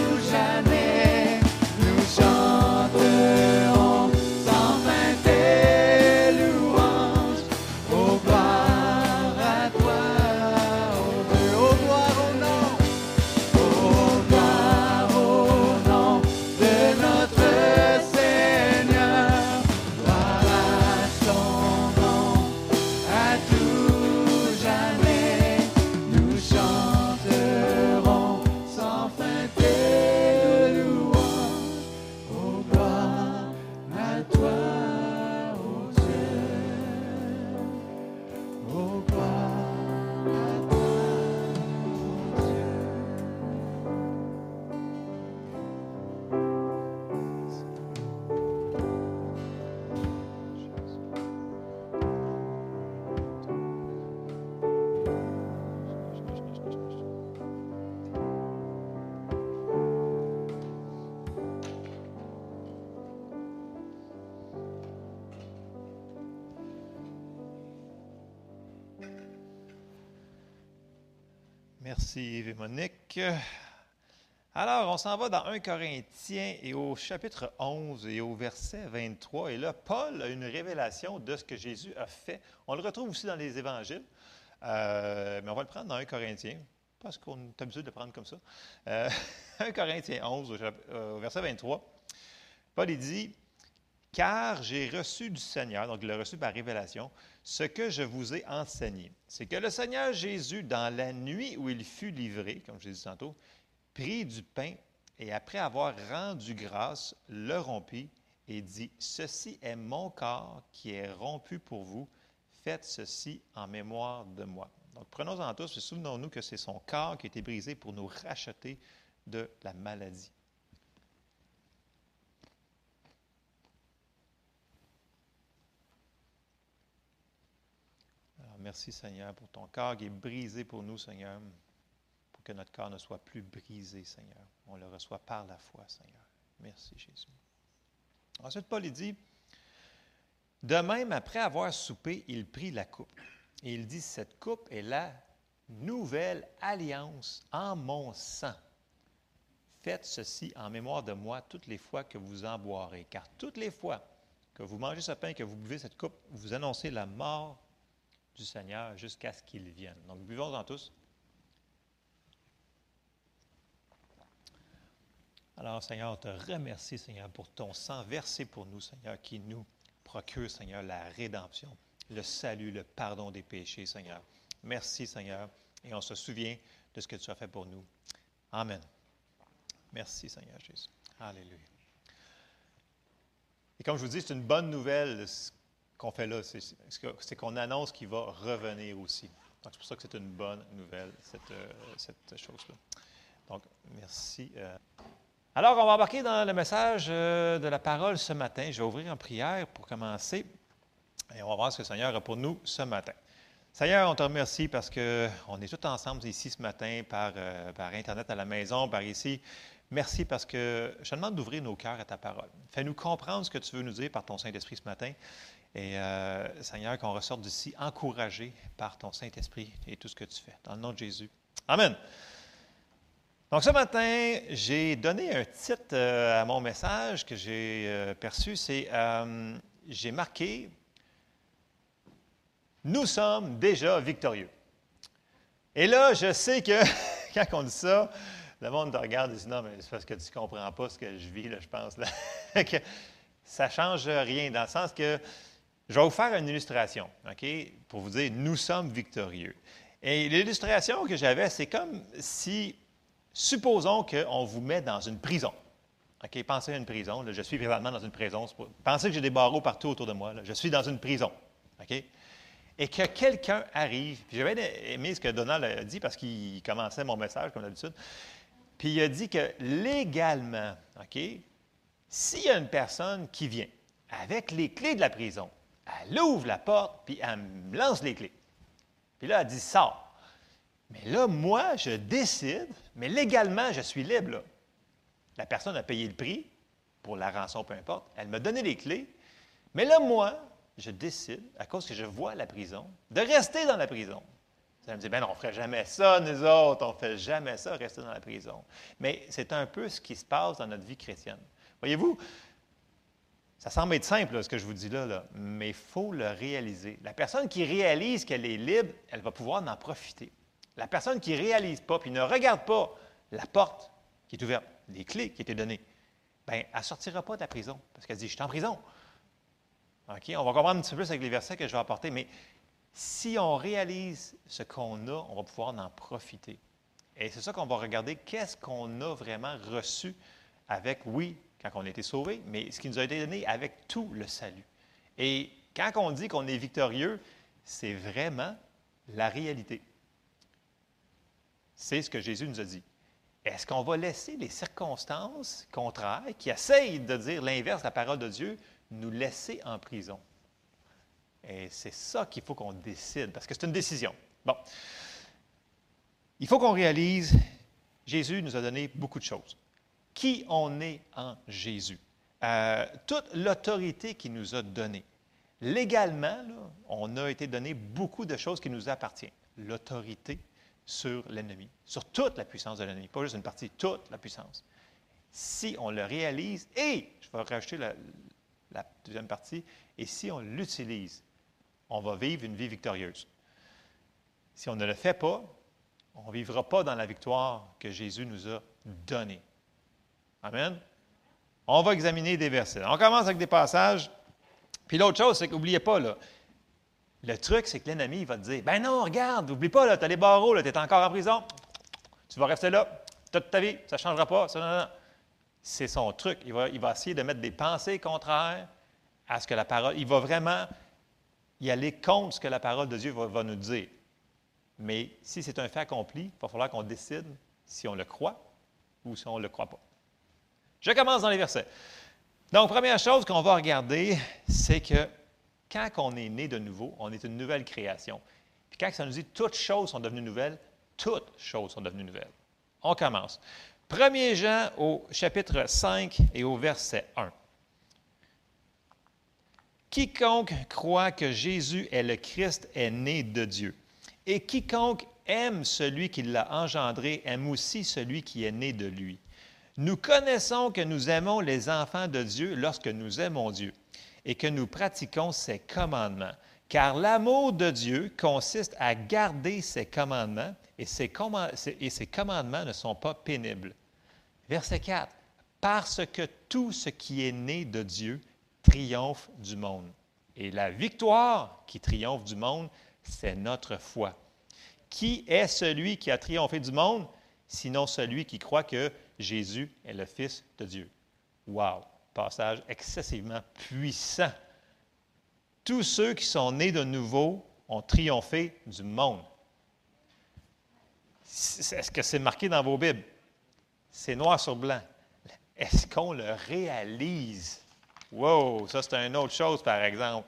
Merci Yves et Monique. Alors, on s'en va dans un Corinthiens et au chapitre onze et au verset vingt-trois. Et là, Paul a une révélation de ce que Jésus a fait. On le retrouve aussi dans les évangiles, euh, mais on va le prendre dans un Corinthiens, parce qu'on est habitué de le prendre comme ça. Euh, un Corinthiens onze au, chap- au verset vingt-trois. Paul il dit, « Car j'ai reçu du Seigneur, donc il l'a reçu par révélation, ce que je vous ai enseigné, c'est que le Seigneur Jésus, dans la nuit où il fut livré, comme je l'ai dit tantôt, prit du pain et après avoir rendu grâce, le rompit et dit, « Ceci est mon corps qui est rompu pour vous, faites ceci en mémoire de moi. » Donc prenons-en tous et souvenons-nous que c'est son corps qui a été brisé pour nous racheter de la maladie. Alors, merci Seigneur pour ton corps qui est brisé pour nous, Seigneur. Que notre corps ne soit plus brisé, Seigneur. On le reçoit par la foi, Seigneur. Merci, Jésus. Ensuite, Paul il dit, « De même, après avoir soupé, il prit la coupe. Et il dit, « Cette coupe est la nouvelle alliance en mon sang. Faites ceci en mémoire de moi toutes les fois que vous en boirez. Car toutes les fois que vous mangez ce pain et que vous buvez cette coupe, vous annoncez la mort du Seigneur jusqu'à ce qu'il vienne. » Donc, buvons-en tous. Alors, Seigneur, on te remercie, Seigneur, pour ton sang versé pour nous, Seigneur, qui nous procure, Seigneur, la rédemption, le salut, le pardon des péchés, Seigneur. Merci, Seigneur, et on se souvient de ce que tu as fait pour nous. Amen. Merci, Seigneur Jésus. Alléluia. Et comme je vous dis, c'est une bonne nouvelle, ce qu'on fait là, c'est, c'est qu'on annonce qu'il va revenir aussi. Donc, c'est pour ça que c'est une bonne nouvelle, cette, euh, cette chose-là. Donc, merci. Euh, Alors, on va embarquer dans le message de la parole ce matin. Je vais ouvrir en prière pour commencer et on va voir ce que le Seigneur a pour nous ce matin. Seigneur, on te remercie parce qu'on est tous ensemble ici ce matin par, euh, par Internet à la maison, par ici. Merci parce que je te demande d'ouvrir nos cœurs à ta parole. Fais-nous comprendre ce que tu veux nous dire par ton Saint-Esprit ce matin. Et euh, Seigneur, qu'on ressorte d'ici encouragé par ton Saint-Esprit et tout ce que tu fais. Dans le nom de Jésus. Amen. Donc, ce matin, j'ai donné un titre euh, à mon message que j'ai euh, perçu, c'est euh, j'ai marqué « Nous sommes déjà victorieux ». Et là, je sais que quand on dit ça, le monde te regarde et dit « Non, mais c'est parce que tu ne comprends pas ce que je vis, là, je pense. » là. que ça ne change rien, dans le sens que je vais vous faire une illustration, OK, pour vous dire « Nous sommes victorieux ». Et l'illustration que j'avais, c'est comme si... Supposons qu'on vous met dans une prison. OK, pensez à une prison. Là, je suis présentement dans une prison. Pas... Pensez que j'ai des barreaux partout autour de moi. Là. Je suis dans une prison. OK? Et que quelqu'un arrive. Puis j'avais aimé ce que Donald a dit parce qu'il commençait mon message, comme d'habitude. Puis il a dit que légalement, OK, s'il y a une personne qui vient avec les clés de la prison, elle ouvre la porte, puis elle me lance les clés. Puis là, elle dit « Sors ». Mais là, moi, je décide, mais légalement, je suis libre. Là. La personne a payé le prix pour la rançon, peu importe. Elle m'a donné les clés. Mais là, moi, je décide, à cause que je vois la prison, de rester dans la prison. Ça me dit, bien non, on ne ferait jamais ça, nous autres, on ne fait jamais ça, rester dans la prison. Mais c'est un peu ce qui se passe dans notre vie chrétienne. Voyez-vous, ça semble être simple, là, ce que je vous dis là, là mais il faut le réaliser. La personne qui réalise qu'elle est libre, elle va pouvoir en profiter. La personne qui ne réalise pas, puis ne regarde pas la porte qui est ouverte, les clés qui étaient données, bien, elle ne sortira pas de la prison, parce qu'elle dit, je suis en prison. OK? On va comprendre un petit peu plus avec les versets que je vais apporter, mais si on réalise ce qu'on a, on va pouvoir en profiter. Et c'est ça qu'on va regarder, qu'est-ce qu'on a vraiment reçu avec, oui, quand on a été sauvé, mais ce qui nous a été donné avec tout le salut. Et quand on dit qu'on est victorieux, c'est vraiment la réalité. C'est ce que Jésus nous a dit. Est-ce qu'on va laisser les circonstances contraires, qui essayent de dire l'inverse de la parole de Dieu, nous laisser en prison? Et c'est ça qu'il faut qu'on décide, parce que c'est une décision. Bon. Il faut qu'on réalise, Jésus nous a donné beaucoup de choses. Qui on est en Jésus? Euh, toute l'autorité qu'il nous a donnée. Légalement, là, on a été donné beaucoup de choses qui nous appartiennent. L'autorité sur l'ennemi, sur toute la puissance de l'ennemi, pas juste une partie, toute la puissance. Si on le réalise, et, je vais rajouter la, la deuxième partie, et si on l'utilise, on va vivre une vie victorieuse. Si on ne le fait pas, on ne vivra pas dans la victoire que Jésus nous a donnée. Amen? On va examiner des versets. On commence avec des passages. Puis l'autre chose, c'est qu'oubliez pas, là, le truc, c'est que l'ennemi il va te dire, ben non, regarde, n'oublie pas, tu as les barreaux, tu es encore en prison, tu vas rester là toute ta vie, ça ne changera pas. Ça, non, non. C'est son truc. Il va, il va essayer de mettre des pensées contraires à ce que la parole... Il va vraiment y aller contre ce que la parole de Dieu va, va nous dire. Mais si c'est un fait accompli, il va falloir qu'on décide si on le croit ou si on ne le croit pas. Je commence dans les versets. Donc, première chose qu'on va regarder, c'est que quand on est né de nouveau, on est une nouvelle création. Puis quand ça nous dit « toutes choses sont devenues nouvelles », toutes choses sont devenues nouvelles. On commence. premier Jean au chapitre cinq et au verset un. « Quiconque croit que Jésus est le Christ est né de Dieu. Et quiconque aime celui qui l'a engendré aime aussi celui qui est né de lui. Nous connaissons que nous aimons les enfants de Dieu lorsque nous aimons Dieu et que nous pratiquons ses commandements. Car l'amour de Dieu consiste à garder ses commandements et ses, command- et ses commandements ne sont pas pénibles. » Verset quatre. « Parce que tout ce qui est né de Dieu triomphe du monde. Et la victoire qui triomphe du monde, c'est notre foi. Qui est celui qui a triomphé du monde, sinon celui qui croit que Jésus est le Fils de Dieu. » Wow! Passage excessivement puissant. Tous ceux qui sont nés de nouveau ont triomphé du monde. Est-ce que c'est marqué dans vos Bibles? C'est noir sur blanc. Est-ce qu'on le réalise? Wow! Ça, c'est une autre chose, par exemple.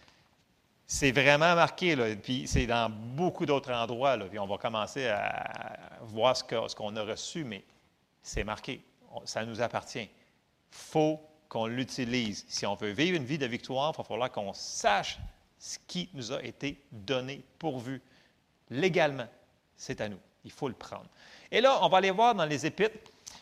C'est vraiment marqué, là, puis c'est dans beaucoup d'autres endroits, là, puis on va commencer à voir ce, que, ce qu'on a reçu, mais c'est marqué. On, ça nous appartient. Il faut qu'on l'utilise. Si on veut vivre une vie de victoire, il va falloir qu'on sache ce qui nous a été donné, pourvu, légalement. C'est à nous. Il faut le prendre. Et là, on va aller voir dans les Épîtres.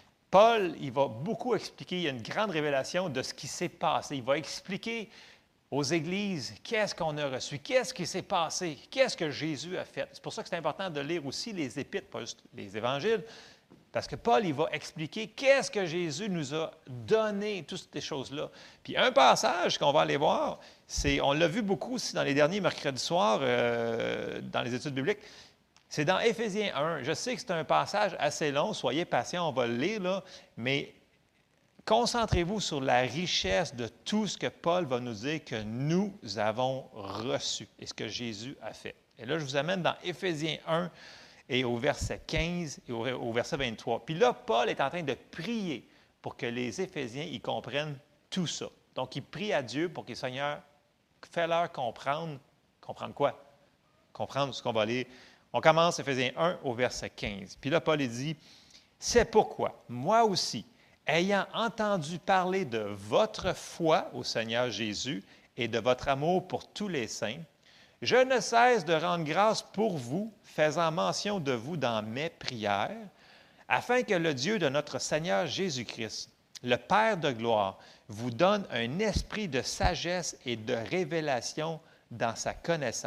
Paul, il va beaucoup expliquer, il y a une grande révélation de ce qui s'est passé. Il va expliquer aux églises qu'est-ce qu'on a reçu, qu'est-ce qui s'est passé, qu'est-ce que Jésus a fait. C'est pour ça que c'est important de lire aussi les Épîtres, pas juste les Évangiles, parce que Paul, il va expliquer qu'est-ce que Jésus nous a donné, toutes ces choses-là. Puis un passage qu'on va aller voir, c'est, on l'a vu beaucoup aussi dans les derniers mercredis soirs, euh, dans les études bibliques, c'est dans Éphésiens un. Je sais que c'est un passage assez long, soyez patients, on va le lire, là, mais concentrez-vous sur la richesse de tout ce que Paul va nous dire que nous avons reçu et ce que Jésus a fait. Et là, je vous amène dans Éphésiens un et au verset quinze et au, au verset vingt-trois. Puis là, Paul est en train de prier pour que les Éphésiens y comprennent tout ça. Donc, il prie à Dieu pour que le Seigneur fait-leur comprendre. Comprendre quoi? Comprendre ce qu'on va lire. On commence Éphésiens un au verset quinze. Puis là, Paul il dit, « C'est pourquoi, moi aussi, ayant entendu parler de votre foi au Seigneur Jésus et de votre amour pour tous les saints, je ne cesse de rendre grâce pour vous, faisant mention de vous dans mes prières, afin que le Dieu de notre Seigneur Jésus-Christ, le Père de gloire, vous donne un esprit de sagesse et de révélation dans sa connaissance. »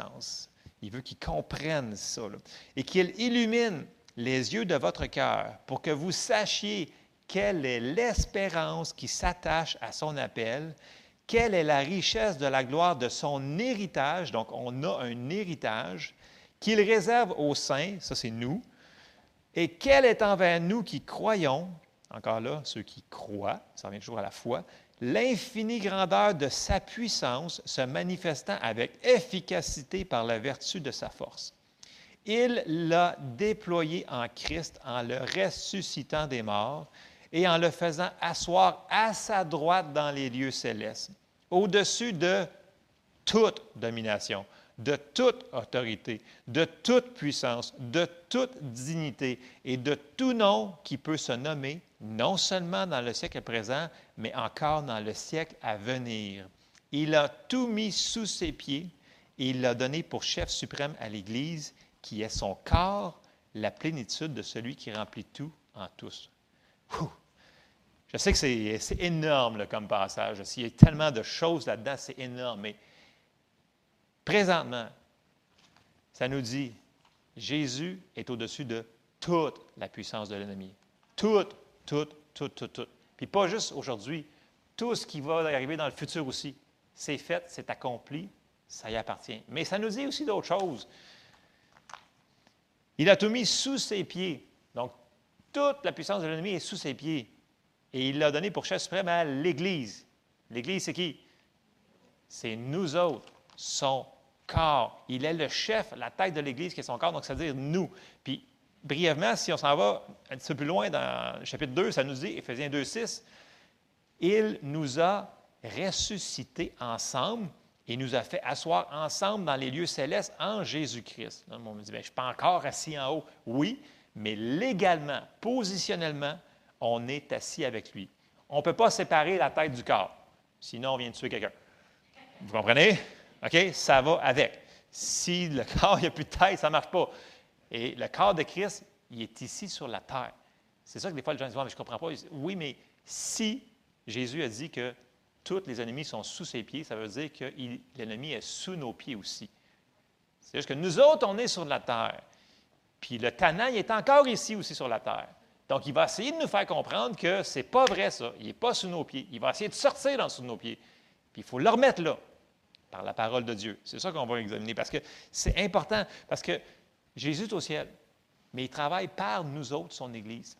Il veut qu'ils comprennent ça, là. Et qu'il illumine les yeux de votre cœur pour que vous sachiez quelle est l'espérance qui s'attache à son appel, quelle est la richesse de la gloire de son héritage, donc on a un héritage, qu'il réserve aux saints, ça c'est nous, et quelle est envers nous qui croyons, encore là, ceux qui croient, ça revient toujours à la foi, l'infinie grandeur de sa puissance se manifestant avec efficacité par la vertu de sa force. Il l'a déployé en Christ en le ressuscitant des morts et en le faisant asseoir à sa droite dans les lieux célestes, au-dessus de toute domination, de toute autorité, de toute puissance, de toute dignité et de tout nom qui peut se nommer, non seulement dans le siècle présent, mais encore dans le siècle à venir. Il a tout mis sous ses pieds et il l'a donné pour chef suprême à l'Église, qui est son corps, la plénitude de celui qui remplit tout en tous. Ouh. Je sais que c'est, c'est énorme là, comme passage. Il y a tellement de choses là-dedans, c'est énorme. Mais présentement, ça nous dit, Jésus est au-dessus de toute la puissance de l'ennemi. Toute, toute, toute, toute, toute. Puis pas juste aujourd'hui, tout ce qui va arriver dans le futur aussi. C'est fait, c'est accompli, ça y appartient. Mais ça nous dit aussi d'autres choses. Il a tout mis sous ses pieds. Donc, toute la puissance de l'ennemi est sous ses pieds. Et il l'a donné pour chef suprême à l'Église. L'Église, c'est qui? C'est nous autres, son corps. Il est le chef, la tête de l'Église qui est son corps, donc ça veut dire nous. Puis, brièvement, si on s'en va un petit peu plus loin dans le chapitre deux, ça nous dit, Éphésiens deux, six, « Il nous a ressuscités ensemble et nous a fait asseoir ensemble dans les lieux célestes en Jésus-Christ. » Là, on me dit, « Bien, je ne suis pas encore assis en haut. » Oui, mais légalement, positionnellement, on est assis avec lui. On ne peut pas séparer la tête du corps. Sinon, on vient de tuer quelqu'un. Vous comprenez? OK? Ça va avec. Si le corps, il n'y a plus de tête, ça ne marche pas. Et le corps de Christ, il est ici sur la terre. C'est ça que des fois, les gens disent, « Mais je ne comprends pas. » Oui, mais si Jésus a dit que tous les ennemis sont sous ses pieds, ça veut dire que il, l'ennemi est sous nos pieds aussi. C'est juste que nous autres, on est sur la terre. Puis le tannant, il est encore ici aussi sur la terre. Donc, il va essayer de nous faire comprendre que ce n'est pas vrai, ça. Il n'est pas sous nos pieds. Il va essayer de sortir dans sous nos pieds. Puis il faut le remettre là, par la parole de Dieu. C'est ça qu'on va examiner, parce que c'est important, parce que Jésus est au ciel, mais il travaille par nous autres, son Église.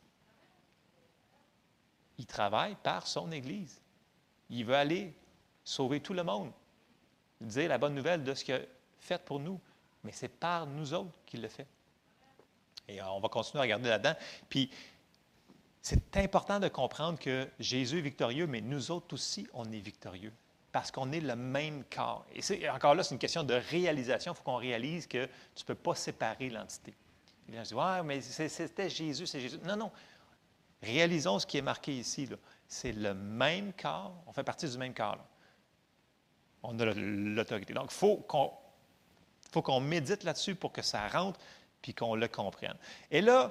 Il travaille par son Église. Il veut aller sauver tout le monde, dire la bonne nouvelle de ce qu'il a fait pour nous, mais c'est par nous autres qu'il le fait. Et on va continuer à regarder là-dedans. Puis, c'est important de comprendre que Jésus est victorieux, mais nous autres aussi, on est victorieux, parce qu'on est le même corps. Et c'est, encore là, c'est une question de réalisation. Il faut qu'on réalise que tu ne peux pas séparer l'entité. Les gens disent, « Ouais, mais c'est, c'était Jésus, c'est Jésus. » Non, non. Réalisons ce qui est marqué ici, là. C'est le même corps. On fait partie du même corps, là. On a l'autorité. Donc, il faut qu'on, faut qu'on médite là-dessus pour que ça rentre puis qu'on le comprenne. Et là,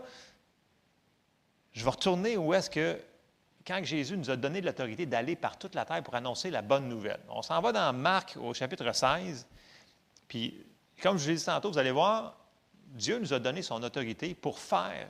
je vais retourner où est-ce que, quand Jésus nous a donné de l'autorité d'aller par toute la terre pour annoncer la bonne nouvelle. On s'en va dans Marc au chapitre seize, puis comme je l'ai dit tantôt, vous allez voir, Dieu nous a donné son autorité pour faire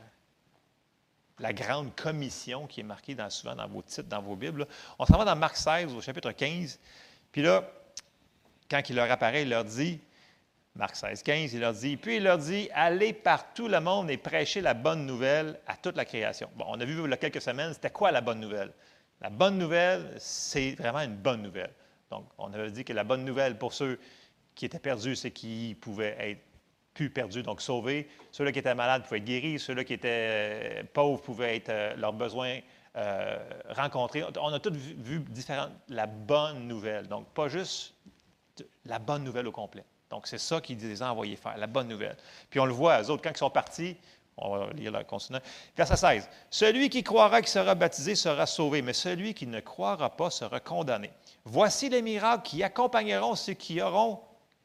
la grande commission qui est marquée dans, souvent dans vos titres, dans vos Bibles. Là. On s'en va dans Marc seize, au chapitre quinze. Puis là, quand il leur apparaît, il leur dit, Marc seize, quinze, il leur dit, puis il leur dit, allez par tout le monde et prêchez la bonne nouvelle à toute la création. Bon, on a vu il y a quelques semaines, c'était quoi la bonne nouvelle? La bonne nouvelle, c'est vraiment une bonne nouvelle. Donc, on avait dit que la bonne nouvelle pour ceux qui étaient perdus, c'est qu'ils pouvaient être plus perdus, donc sauvés. Ceux-là qui étaient malades pouvaient être guéris. Ceux-là qui étaient pauvres pouvaient être euh, leurs besoins euh, rencontrés. On a tous vu, vu différentes, la bonne nouvelle. Donc, pas juste la bonne nouvelle au complet. Donc, c'est ça qu'ils les a envoyés faire, la bonne nouvelle. Puis on le voit, eux autres, quand ils sont partis, on va lire leur continuant. Verset seize. « Celui qui croira qu'il sera baptisé sera sauvé, mais celui qui ne croira pas sera condamné. Voici les miracles qui accompagneront ceux qui auront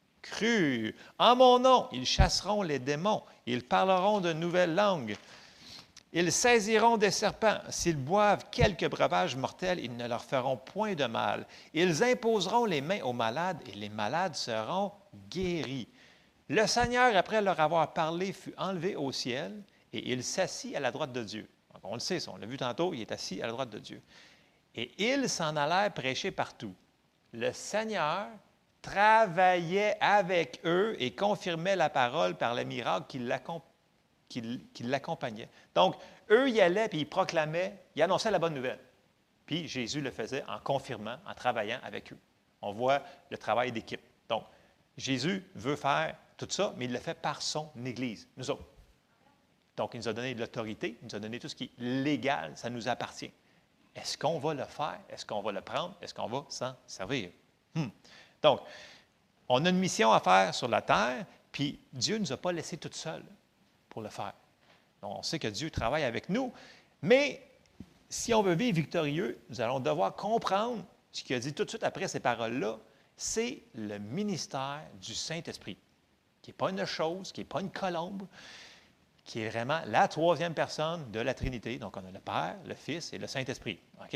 cru. En mon nom, ils chasseront les démons. Ils parleront de nouvelles langues. Ils saisiront des serpents. S'ils boivent quelques breuvages mortels, ils ne leur feront point de mal. Ils imposeront les mains aux malades et les malades seront guéris. Le Seigneur, après leur avoir parlé, fut enlevé au ciel et il s'assit à la droite de Dieu. Donc, on le sait, on l'a vu tantôt, il est assis à la droite de Dieu. Et ils s'en allèrent prêcher partout. Le Seigneur travaillait avec eux et confirmait la parole par les miracles qui l'accompagnaient. Qui, qui l'accompagnaient. Donc, eux, ils allaient puis ils proclamaient, ils annonçaient la bonne nouvelle. Puis Jésus le faisait en confirmant, en travaillant avec eux. On voit le travail d'équipe. Donc, Jésus veut faire tout ça, mais il le fait par son Église, nous autres. Donc, il nous a donné de l'autorité, il nous a donné tout ce qui est légal, ça nous appartient. Est-ce qu'on va le faire? Est-ce qu'on va le prendre? Est-ce qu'on va s'en servir? Hmm. Donc, on a une mission à faire sur la terre, puis Dieu ne nous a pas laissés tout seuls pour le faire. Donc, on sait que Dieu travaille avec nous, mais si on veut vivre victorieux, nous allons devoir comprendre ce qu'il a dit tout de suite après ces paroles-là, c'est le ministère du Saint-Esprit, qui n'est pas une chose, qui n'est pas une colombe, qui est vraiment la troisième personne de la Trinité. Donc, on a le Père, le Fils et le Saint-Esprit. OK?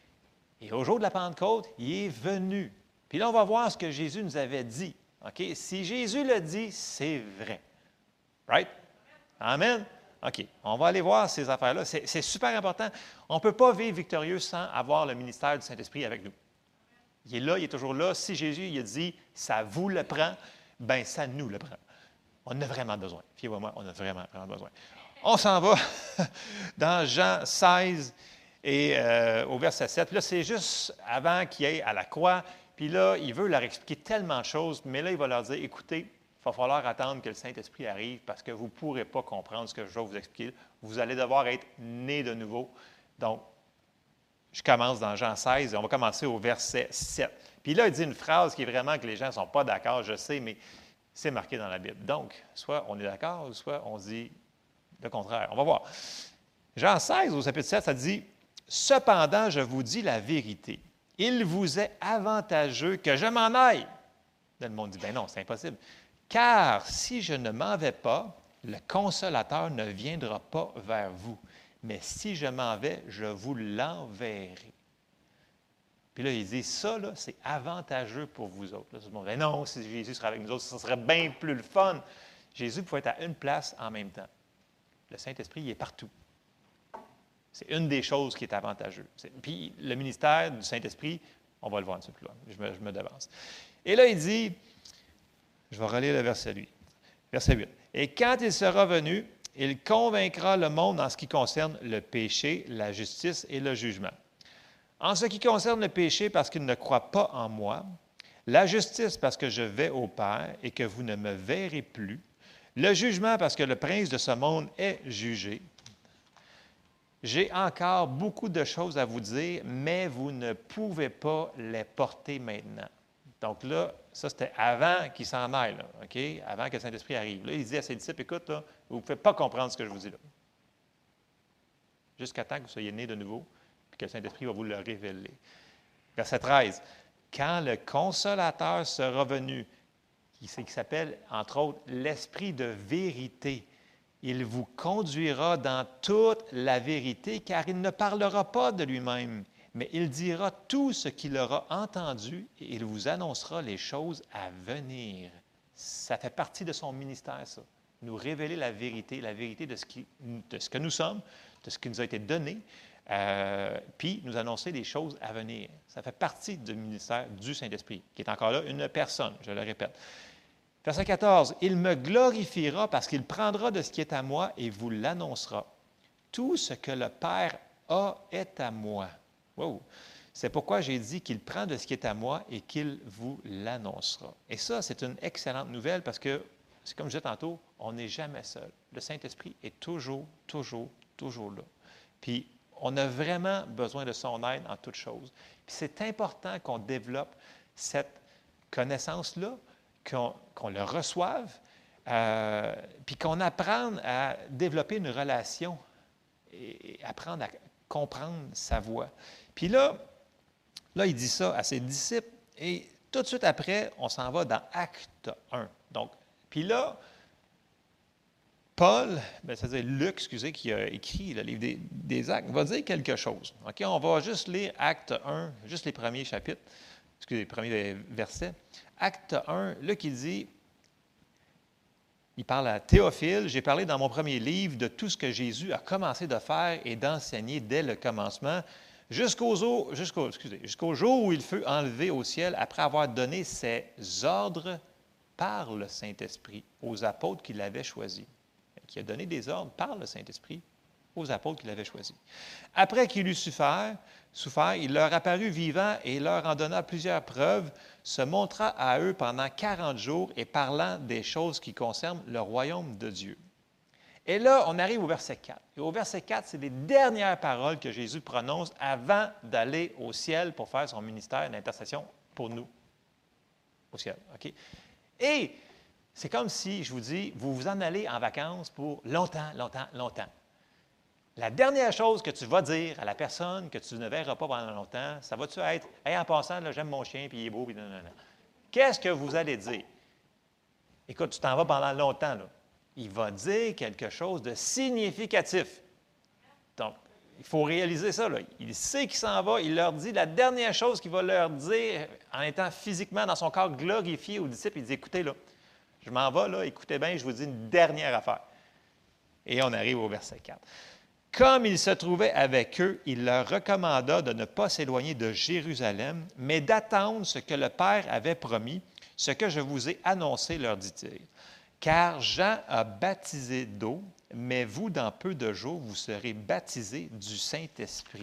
Et au jour de la Pentecôte, il est venu. Puis là, on va voir ce que Jésus nous avait dit. OK? Si Jésus le dit, c'est vrai. Right? Amen? OK. On va aller voir ces affaires-là. C'est, c'est super important. On ne peut pas vivre victorieux sans avoir le ministère du Saint-Esprit avec nous. Il est là, il est toujours là. Si Jésus il a dit « ça vous le prend », bien, ça nous le prend. On en a vraiment besoin. Fiez-moi, on a vraiment, vraiment besoin. On s'en va dans Jean seize et euh, au verset sept. Puis là, c'est juste avant qu'il aille à la croix. Puis là, il veut leur expliquer tellement de choses, mais là, il va leur dire, écoutez, il va falloir attendre que le Saint-Esprit arrive parce que vous ne pourrez pas comprendre ce que je vais vous expliquer. Vous allez devoir être nés de nouveau. Donc, je commence dans Jean seize et on va commencer au verset sept. Puis là, il dit une phrase qui est vraiment que les gens ne sont pas d'accord, je sais, mais c'est marqué dans la Bible. Donc, soit on est d'accord, soit on dit le contraire. On va voir. Jean seize, au chapitre sept, ça dit « Cependant, je vous dis la vérité. Il vous est avantageux que je m'en aille. » Là, le monde dit « Bien non, c'est impossible. Car si je ne m'en vais pas, le Consolateur ne viendra pas vers vous. Mais si je m'en vais, je vous l'enverrai. » Puis là, il dit, ça, là, c'est avantageux pour vous autres. Là, tout le monde dit, non, si Jésus serait avec nous autres, ça serait bien plus le fun. Jésus pouvait être à une place en même temps. Le Saint-Esprit, il est partout. C'est une des choses qui est avantageuse. C'est, puis le ministère du Saint-Esprit, on va le voir un petit peu plus loin. Je me, je me devance. Et là, il dit, je vais relire le verset huit. Verset huit. « Et quand il sera venu, il convaincra le monde en ce qui concerne le péché, la justice et le jugement. En ce qui concerne le péché, parce qu'il ne croit pas en moi, la justice, parce que je vais au Père et que vous ne me verrez plus, le jugement, parce que le prince de ce monde est jugé. J'ai encore beaucoup de choses à vous dire, mais vous ne pouvez pas les porter maintenant. » Donc là, ça, c'était avant qu'il s'en aille, là, OK? Avant que le Saint-Esprit arrive. Là, il dit à ses disciples, écoute, là, vous ne pouvez pas comprendre ce que je vous dis là. Jusqu'à temps que vous soyez nés de nouveau, puis que le Saint-Esprit va vous le révéler. Verset treize. Quand le Consolateur sera venu, qui, qui s'appelle, entre autres, l'Esprit de vérité, il vous conduira dans toute la vérité, car il ne parlera pas de lui-même, mais il dira tout ce qu'il aura entendu et il vous annoncera les choses à venir. Ça fait partie de son ministère, ça. Nous révéler la vérité, la vérité de ce, qui, de ce que nous sommes, de ce qui nous a été donné, euh, puis nous annoncer les choses à venir. Ça fait partie du ministère du Saint-Esprit, qui est encore là une personne, je le répète. Verset quatorze. « Il me glorifiera parce qu'il prendra de ce qui est à moi et vous l'annoncera. Tout ce que le Père a est à moi. » Wow. C'est pourquoi j'ai dit qu'il prend de ce qui est à moi et qu'il vous l'annoncera. Et ça, c'est une excellente nouvelle parce que, c'est comme je disais tantôt, on n'est jamais seul. Le Saint-Esprit est toujours, toujours, toujours là. Puis, on a vraiment besoin de son aide en toutes choses. Puis, c'est important qu'on développe cette connaissance-là, qu'on, qu'on le reçoive, euh, puis qu'on apprenne à développer une relation et, et apprendre à comprendre sa voix. Puis là, là, il dit ça à ses disciples et tout de suite après, on s'en va dans Acte un. Donc, puis là, Paul, bien, c'est-à-dire Luc, excusez, qui a écrit le livre des, des Actes, va dire quelque chose. OK? On va juste lire Acte un, juste les premiers chapitres, excusez, les premiers versets. Acte un, Luc, il dit, il parle à Théophile, j'ai parlé dans mon premier livre de tout ce que Jésus a commencé de faire et d'enseigner dès le commencement, jusqu'au jour, jusqu'au, excusez, jusqu'au jour où il fut enlevé au ciel après avoir donné ses ordres par le Saint-Esprit aux apôtres qu'il avait choisis. Qui a donné des ordres par le Saint-Esprit aux apôtres qu'il avait choisis. Après qu'il eut souffert, souffert, il leur apparut vivant et leur en donna plusieurs preuves, se montra à eux pendant quarante jours et parlant des choses qui concernent le royaume de Dieu. Et là, on arrive au verset quatre. Et au verset quatre, c'est les dernières paroles que Jésus prononce avant d'aller au ciel pour faire son ministère d'intercession pour nous. Au ciel, OK? Et c'est comme si, je vous dis, vous vous en allez en vacances pour longtemps, longtemps, longtemps. La dernière chose que tu vas dire à la personne que tu ne verras pas pendant longtemps, ça va-tu être « Hey, en passant, là, j'aime mon chien, puis il est beau, puis non, non, non. » Qu'est-ce que vous allez dire? Écoute, tu t'en vas pendant longtemps, là. il va dire quelque chose de significatif. Donc, il faut réaliser ça, là. Il sait qu'il s'en va, il leur dit la dernière chose qu'il va leur dire en étant physiquement dans son corps glorifié aux disciples. Il dit, écoutez, là, je m'en vais, là, écoutez bien, je vous dis une dernière affaire. Et on arrive au verset quatre. Comme il se trouvait avec eux, il leur recommanda de ne pas s'éloigner de Jérusalem, mais d'attendre ce que le Père avait promis, ce que je vous ai annoncé, leur dit-il. Car Jean a baptisé d'eau, mais vous, dans peu de jours, vous serez baptisés du Saint-Esprit.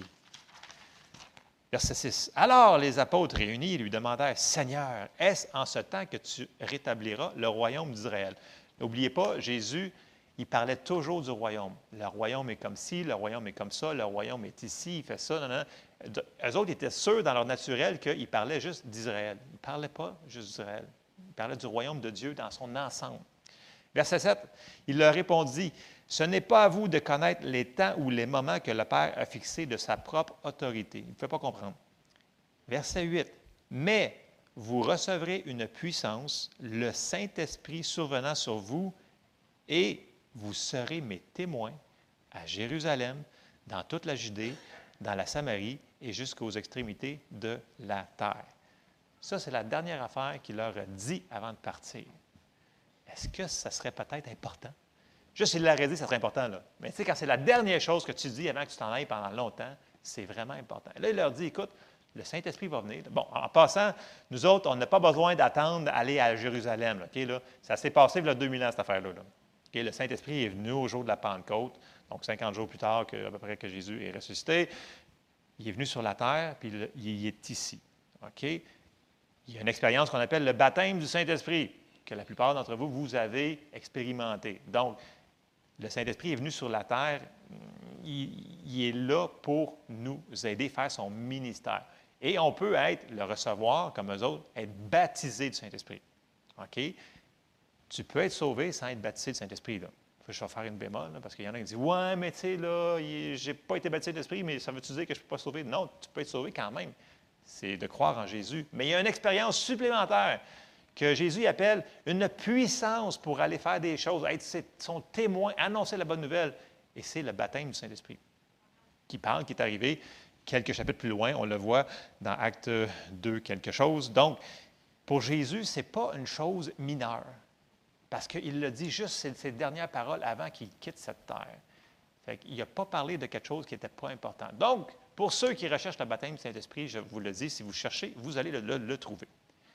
Verset six. Alors les apôtres réunis lui demandèrent, Seigneur, est-ce en ce temps que tu rétabliras le royaume d'Israël? N'oubliez pas, Jésus, il parlait toujours du royaume. Le royaume est comme ci, le royaume est comme ça, le royaume est ici, il fait ça. Non, non. Eux autres étaient sûrs dans leur naturel qu'il parlait juste d'Israël. Il ne parlait pas juste d'Israël. Il parlait du royaume de Dieu dans son ensemble. Verset sept, il leur répondit, « Ce n'est pas à vous de connaître les temps ou les moments que le Père a fixés de sa propre autorité. » Il ne peut pas comprendre. Verset huit, « Mais vous recevrez une puissance, le Saint-Esprit survenant sur vous, et vous serez mes témoins à Jérusalem, dans toute la Judée, dans la Samarie et jusqu'aux extrémités de la terre. » Ça, c'est la dernière affaire qu'il leur a dit avant de partir. Est-ce que ça serait peut-être important? Juste s'il l'aurait dit, ça serait important, là. Mais tu sais, quand c'est la dernière chose que tu dis avant que tu t'en ailles pendant longtemps, c'est vraiment important. Là, il leur dit, écoute, le Saint-Esprit va venir. Bon, en passant, nous autres, on n'a pas besoin d'attendre d'aller à Jérusalem. Là, okay, là. Ça s'est passé il y a deux mille ans, cette affaire-là. Là. Okay, le Saint-Esprit est venu au jour de la Pentecôte, donc cinquante jours plus tard, que, à peu près que Jésus est ressuscité. Il est venu sur la terre, puis il, il est ici. Okay? Il y a une expérience qu'on appelle le baptême du Saint-Esprit, que la plupart d'entre vous, vous avez expérimenté. Donc, le Saint-Esprit est venu sur la terre, il, il est là pour nous aider à faire son ministère. Et on peut être, le recevoir, comme eux autres, être baptisé du Saint-Esprit. OK? Tu peux être sauvé sans être baptisé du Saint-Esprit, là. Je vais faire une bémol, là, parce qu'il y en a qui disent « Ouais, mais tu sais, là, je n'ai pas été baptisé de l'Esprit, mais ça veut-tu dire que je ne peux pas sauver? » Non, tu peux être sauvé quand même. C'est de croire en Jésus. Mais il y a une expérience supplémentaire que Jésus appelle une puissance pour aller faire des choses, être son témoin, annoncer la bonne nouvelle. Et c'est le baptême du Saint-Esprit qui parle, qui est arrivé quelques chapitres plus loin. On le voit dans Acte deux, quelque chose. Donc, pour Jésus, ce n'est pas une chose mineure. Parce qu'il le dit juste ses, ses dernières paroles avant qu'il quitte cette terre. Fait qu'il n'a pas parlé de quelque chose qui n'était pas important. Donc, pour ceux qui recherchent le baptême du Saint-Esprit, je vous le dis, si vous cherchez, vous allez le, le, le trouver.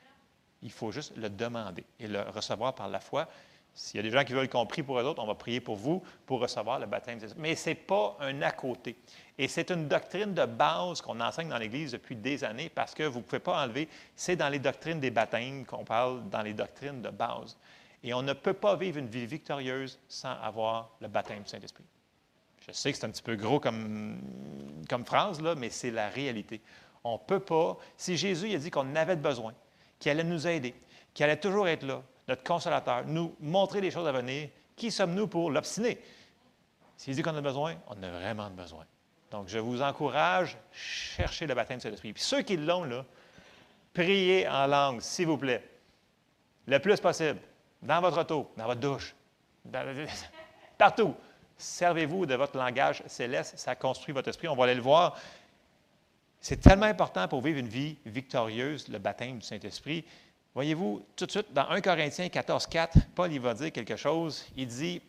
Il faut juste le demander et le recevoir par la foi. S'il y a des gens qui veulent qu'on prie pour eux autres, on va prier pour vous pour recevoir le baptême du Saint-Esprit. Mais ce n'est pas un à côté. Et c'est une doctrine de base qu'on enseigne dans l'Église depuis des années parce que vous ne pouvez pas enlever. C'est dans les doctrines des baptêmes qu'on parle, dans les doctrines de base. Et on ne peut pas vivre une vie victorieuse sans avoir le baptême du Saint-Esprit. Je sais que c'est un petit peu gros comme, comme phrase, là, mais c'est la réalité. On ne peut pas, si Jésus a dit qu'on en avait besoin, qu'il allait nous aider, qu'il allait toujours être là, notre consolateur, nous montrer les choses à venir, qui sommes-nous pour l'obstiner? S'il dit qu'on a besoin, on a vraiment besoin. Donc, je vous encourage, cherchez le baptême du Saint-Esprit. Puis ceux qui l'ont, là, priez en langue, s'il vous plaît, le plus possible. Dans votre auto, dans votre douche, dans, partout. Servez-vous de votre langage céleste, ça construit votre esprit. On va aller le voir. C'est tellement important pour vivre une vie victorieuse, le baptême du Saint-Esprit. Voyez-vous, tout de suite, dans un Corinthiens quatorze, quatre, Paul il va dire quelque chose. Il dit,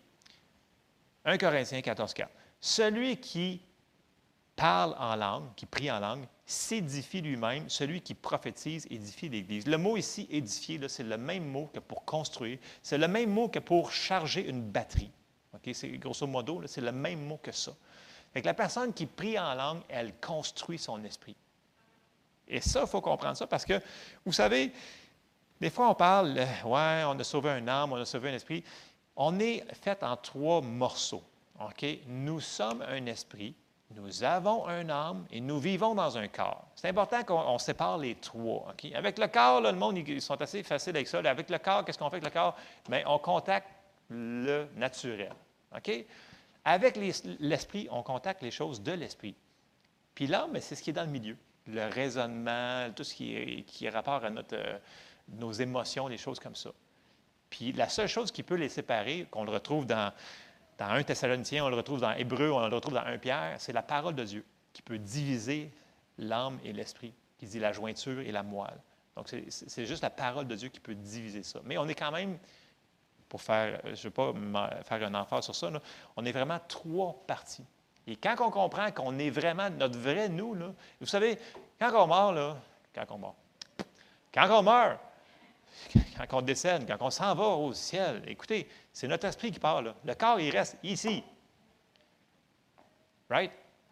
un Corinthiens quatorze, quatre, « Celui qui parle en langue, qui prie en langue, s'édifie lui-même, celui qui prophétise édifie l'Église. » Le mot ici, édifier, là, c'est le même mot que pour construire. C'est le même mot que pour charger une batterie. Okay? C'est, grosso modo, là, c'est le même mot que ça. Fait que la personne qui prie en langue, elle construit son esprit. Et ça, il faut comprendre ça parce que, vous savez, des fois, on parle, euh, ouais, on a sauvé un âme, on a sauvé un esprit. On est fait en trois morceaux. Okay? Nous sommes un esprit. Nous avons un âme et nous vivons dans un corps. C'est important qu'on on sépare les trois. Okay? Avec le corps, là, le monde, ils sont assez faciles avec ça. Là, avec le corps, qu'est-ce qu'on fait avec le corps? Bien, on contacte le naturel. Okay? Avec les, l'esprit, on contacte les choses de l'esprit. Puis l'âme, c'est ce qui est dans le milieu. Le raisonnement, tout ce qui est, qui est rapport à notre, euh, nos émotions, les choses comme ça. Puis la seule chose qui peut les séparer, qu'on le retrouve dans, dans un Thessaloniciens, on le retrouve dans Hébreu, on le retrouve dans un Pierre, c'est la parole de Dieu qui peut diviser l'âme et l'esprit, qui dit la jointure et la moelle. Donc, c'est, c'est juste la parole de Dieu qui peut diviser ça. Mais on est quand même, pour faire, je ne veux pas faire un emphase sur ça, là, on est vraiment trois parties. Et quand on comprend qu'on est vraiment notre vrai nous, là, vous savez, quand on meurt, là, quand on meurt, quand on meurt, quand on décède, quand on s'en va au ciel, écoutez, c'est notre esprit qui part, là. Le corps, il reste ici. Right?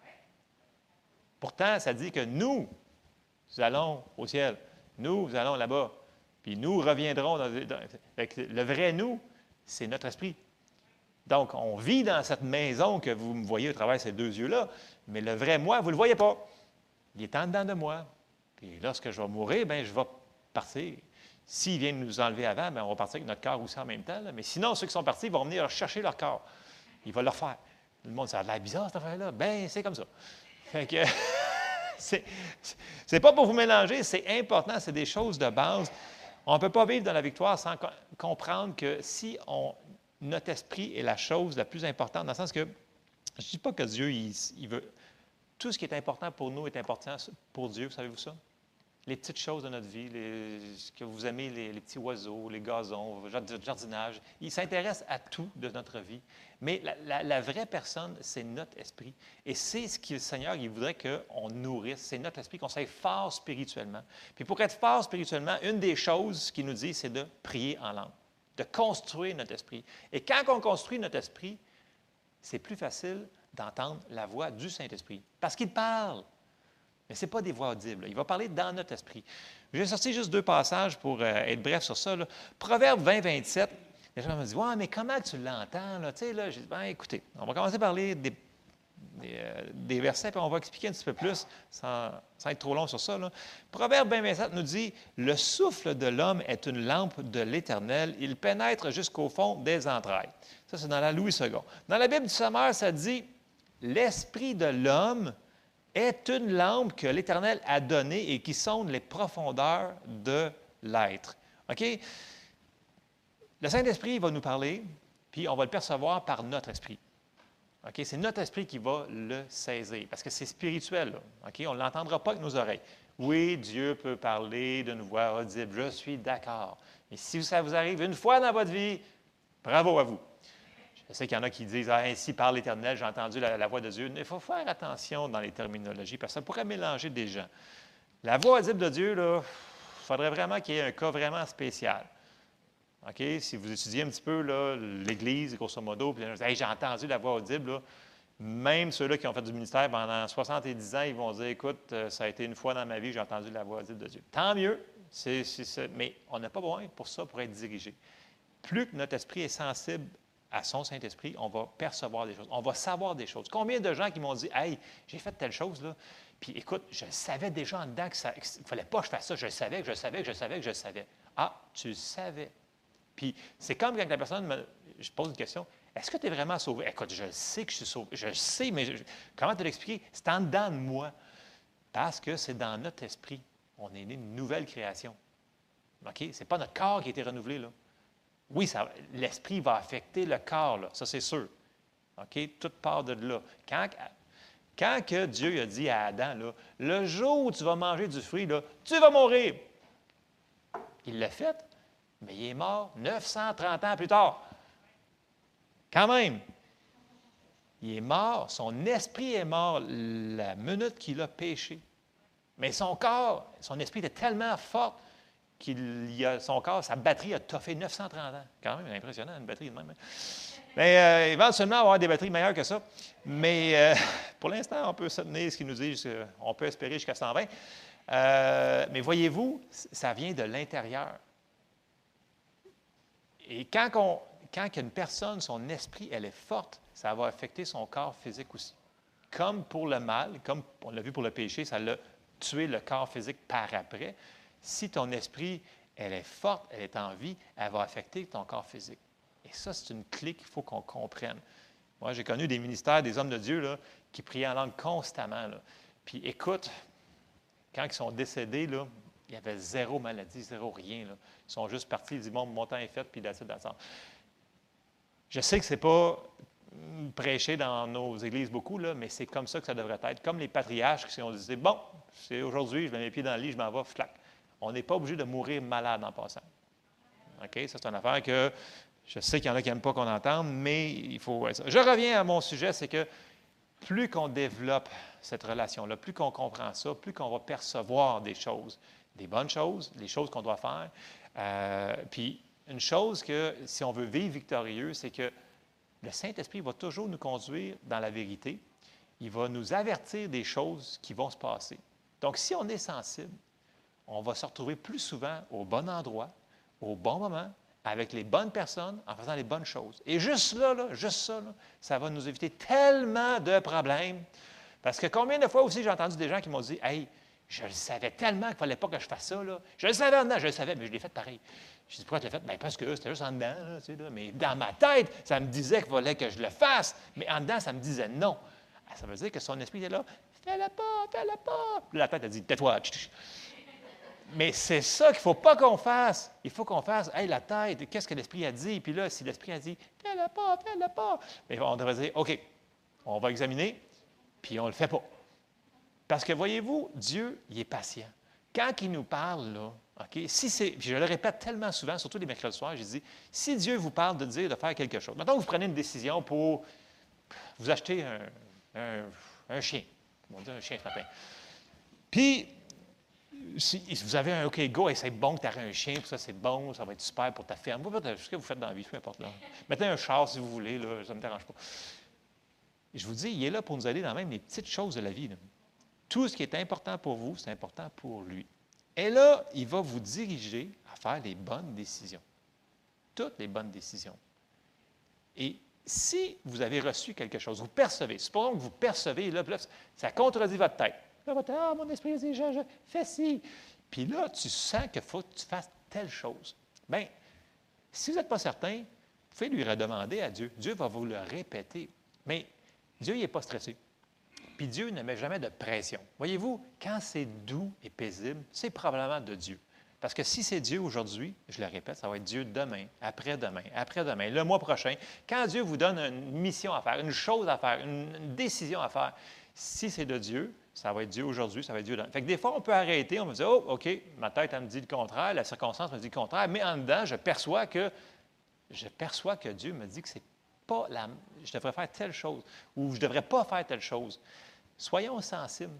Pourtant, ça dit que nous, nous allons au ciel. Nous, nous allons là-bas. Puis nous reviendrons. Dans, dans, avec le vrai nous, c'est notre esprit. Donc, on vit dans cette maison que vous me voyez au travers de ces deux yeux-là, mais le vrai moi, vous ne le voyez pas. Il est en dedans de moi. Puis lorsque je vais mourir, bien, je vais partir. S'ils viennent nous enlever avant, bien, on va partir avec notre corps aussi en même temps. Là. Mais sinon, ceux qui sont partis vont venir chercher leur corps. Ils vont le refaire. Le monde, ça a l'air bizarre, cette affaire-là. Bien, c'est comme ça. Fait que, c'est, c'est pas pour vous mélanger, c'est important, c'est des choses de base. On ne peut pas vivre dans la victoire sans co- comprendre que si on, notre esprit est la chose la plus importante, dans le sens que je ne dis pas que Dieu, il, il veut. Tout ce qui est important pour nous est important pour Dieu, savez-vous ça? Les petites choses de notre vie, les, ce que vous aimez, les, les petits oiseaux, les gazons, le jardinage, il s'intéresse à tout de notre vie. Mais la, la, la vraie personne, c'est notre esprit. Et c'est ce que le Seigneur il voudrait qu'on nourrisse. C'est notre esprit, qu'on soit fort spirituellement. Puis pour être fort spirituellement, une des choses qu'il nous dit, c'est de prier en langue, de construire notre esprit. Et quand on construit notre esprit, c'est plus facile d'entendre la voix du Saint-Esprit. Parce qu'il parle. Mais ce n'est pas des voix audibles. Là. Il va parler dans notre esprit. J'ai sorti juste deux passages pour euh, être bref sur ça. Là. Proverbe vingt, vingt-sept. Les gens me disent, « Ouais, mais comment tu l'entends? » Là? Tu sais, là, j'ai dit, ben, écoutez, on va commencer par lire des, des, euh, des versets, puis on va expliquer un petit peu plus, sans, sans être trop long sur ça. Là. Proverbe vingt, vingt-sept nous dit, « Le souffle de l'homme est une lampe de l'Éternel. Il pénètre jusqu'au fond des entrailles. » Ça, c'est dans la Louis second. Dans la Bible du Sommeur, ça dit, « L'esprit de l'homme est une lampe que l'Éternel a donnée et qui sonde les profondeurs de l'être. » OK? Le Saint-Esprit va nous parler, puis on va le percevoir par notre esprit. OK? C'est notre esprit qui va le saisir, parce que c'est spirituel. Là. OK? On ne l'entendra pas avec nos oreilles. Oui, Dieu peut parler d'une voix audible, je suis d'accord. Mais si ça vous arrive une fois dans votre vie, bravo à vous. Je sais qu'il y en a qui disent « Ah, ainsi parle l'Éternel, j'ai entendu la, la voix de Dieu. » Il faut faire attention dans les terminologies, parce que ça pourrait mélanger des gens. La voix audible de Dieu, il faudrait vraiment qu'il y ait un cas vraiment spécial. OK? Si vous étudiez un petit peu là, l'Église, grosso modo, puis hey, j'ai entendu la voix audible, là, même ceux-là qui ont fait du ministère pendant soixante-dix ans, ils vont dire « Écoute, ça a été une fois dans ma vie, j'ai entendu la voix audible de Dieu. » Tant mieux, c'est, c'est, c'est, mais on n'a pas besoin pour ça, pour être dirigé. Plus que notre esprit est sensible à son Saint-Esprit, on va percevoir des choses, on va savoir des choses. Combien de gens qui m'ont dit « Hey, j'ai fait telle chose, là, puis écoute, je savais déjà en dedans qu'il ne fallait pas que je fasse ça, je le savais, que je le savais, que je le savais, que je le savais. » Ah, tu le savais. Puis c'est comme quand la personne me je pose une question, « Est-ce que tu es vraiment sauvé? » Écoute, je sais que je suis sauvé, je le sais, mais je, comment te l'expliquer? C'est en dedans de moi, parce que c'est dans notre esprit. On est né une nouvelle création. OK? Ce n'est pas notre corps qui a été renouvelé, là. Oui, ça, l'esprit va affecter le corps, là, ça c'est sûr. OK? Toute part de là. Quand, quand que Dieu a dit à Adam, là, le jour où tu vas manger du fruit, là, tu vas mourir. Il l'a fait, mais il est mort neuf cent trente ans plus tard. Quand même. Il est mort, son esprit est mort la minute qu'il a péché. Mais son corps, son esprit était tellement fort qu'il y a son corps, sa batterie a toffé neuf cent trente ans. Quand même impressionnant, une batterie de même. Mais euh, éventuellement, on va avoir des batteries meilleures que ça. Mais euh, pour l'instant, on peut se tenir ce qu'il nous dit, on peut espérer jusqu'à cent vingt. Euh, mais voyez-vous, ça vient de l'intérieur. Et quand, on, quand une personne, son esprit, elle est forte, ça va affecter son corps physique aussi. Comme pour le mal, comme on l'a vu pour le péché, ça l'a tué le corps physique par après. Si ton esprit, elle est forte, elle est en vie, elle va affecter ton corps physique. Et ça, c'est une clé qu'il faut qu'on comprenne. Moi, j'ai connu des ministères, des hommes de Dieu là, qui priaient en langue constamment. Là. Puis écoute, quand ils sont décédés, là, Il y avait zéro maladie, zéro rien. Là. Ils sont juste partis, ils disent, bon, mon temps est fait, puis d'attitude d'attente. Je sais que ce n'est pas prêché dans nos églises beaucoup, là, mais c'est comme ça que ça devrait être. Comme les patriarches qui ont dit, bon, c'est aujourd'hui, je mets mes pieds dans le lit, je m'en vais, flac. On n'est pas obligé de mourir malade en passant. OK? Ça, c'est une affaire que je sais qu'il y en a qui n'aiment pas qu'on entende, mais il faut... Je reviens à mon sujet, c'est que plus qu'on développe cette relation-là, plus qu'on comprend ça, plus qu'on va percevoir des choses, des bonnes choses, les choses qu'on doit faire. Euh, puis, une chose que, si on veut vivre victorieux, c'est que le Saint-Esprit va toujours nous conduire dans la vérité. Il va nous avertir des choses qui vont se passer. Donc, si on est sensible, on va se retrouver plus souvent au bon endroit, au bon moment, avec les bonnes personnes, en faisant les bonnes choses. Et juste là, là juste ça, là, ça va nous éviter tellement de problèmes. Parce que combien de fois aussi j'ai entendu des gens qui m'ont dit « Hey, je le savais tellement qu'il ne fallait pas que je fasse ça. Là. Je le savais en dedans, je le savais, mais je l'ai fait pareil. » Je dis « Pourquoi tu l'as fait? » Bien, parce que c'était juste en dedans. Là, tu sais, là. Mais dans ma tête, ça me disait qu'il fallait que je le fasse. Mais en dedans, ça me disait non. Ça veut dire que son esprit était là. « Fais-le pas, fais-le pas. » Puis la tête a dit « Tais-toi. » Mais c'est ça qu'il ne faut pas qu'on fasse. Il faut qu'on fasse, hey, la tête, qu'est-ce que l'Esprit a dit? Puis là, si l'Esprit a dit, fais-le pas, fais-le pas, bien, on devrait dire, OK, on va examiner, puis on ne le fait pas. Parce que voyez-vous, Dieu, il est patient. Quand il nous parle, là, OK, si c'est, puis je le répète tellement souvent, surtout les mercredis soirs, je dis, si Dieu vous parle de dire de faire quelque chose, maintenant vous prenez une décision pour vous acheter un, un, un chien, on va dire un chien frappin. Puis, si vous avez un OK, go, et c'est bon que tu aies un chien, puis ça, c'est bon, ça va être super pour ta ferme. Vous faites ce que vous faites dans la vie, peu importe. Là. Mettez un char si vous voulez, là, ça ne me dérange pas. Et je vous dis, il est là pour nous aider dans même les petites choses de la vie. Là. Tout ce qui est important pour vous, c'est important pour lui. Et là, il va vous diriger à faire les bonnes décisions. Toutes les bonnes décisions. Et si vous avez reçu quelque chose, vous percevez, supposons que vous percevez, là, là ça contredit votre tête. Là, votre, ah, mon esprit dit, je, je fais ci. Puis là, tu sens qu'il faut que tu fasses telle chose. Bien, si vous n'êtes pas certain, vous pouvez lui redemander à Dieu. Dieu va vous le répéter. Mais Dieu, il n'est pas stressé. Puis Dieu ne met jamais de pression. Voyez-vous, quand c'est doux et paisible, c'est probablement de Dieu. Parce que si c'est Dieu aujourd'hui, je le répète, ça va être Dieu demain, après-demain, après-demain, le mois prochain. Quand Dieu vous donne une mission à faire, une chose à faire, une, une décision à faire, si c'est de Dieu, ça va être Dieu aujourd'hui, ça va être Dieu demain. Fait que des fois, on peut arrêter, on va dire, oh, OK, ma tête, elle me dit le contraire, la circonstance me dit le contraire, mais en dedans, je perçois que, je perçois que Dieu me dit que c'est pas la, je devrais faire telle chose, ou je ne devrais pas faire telle chose. Soyons sensibles.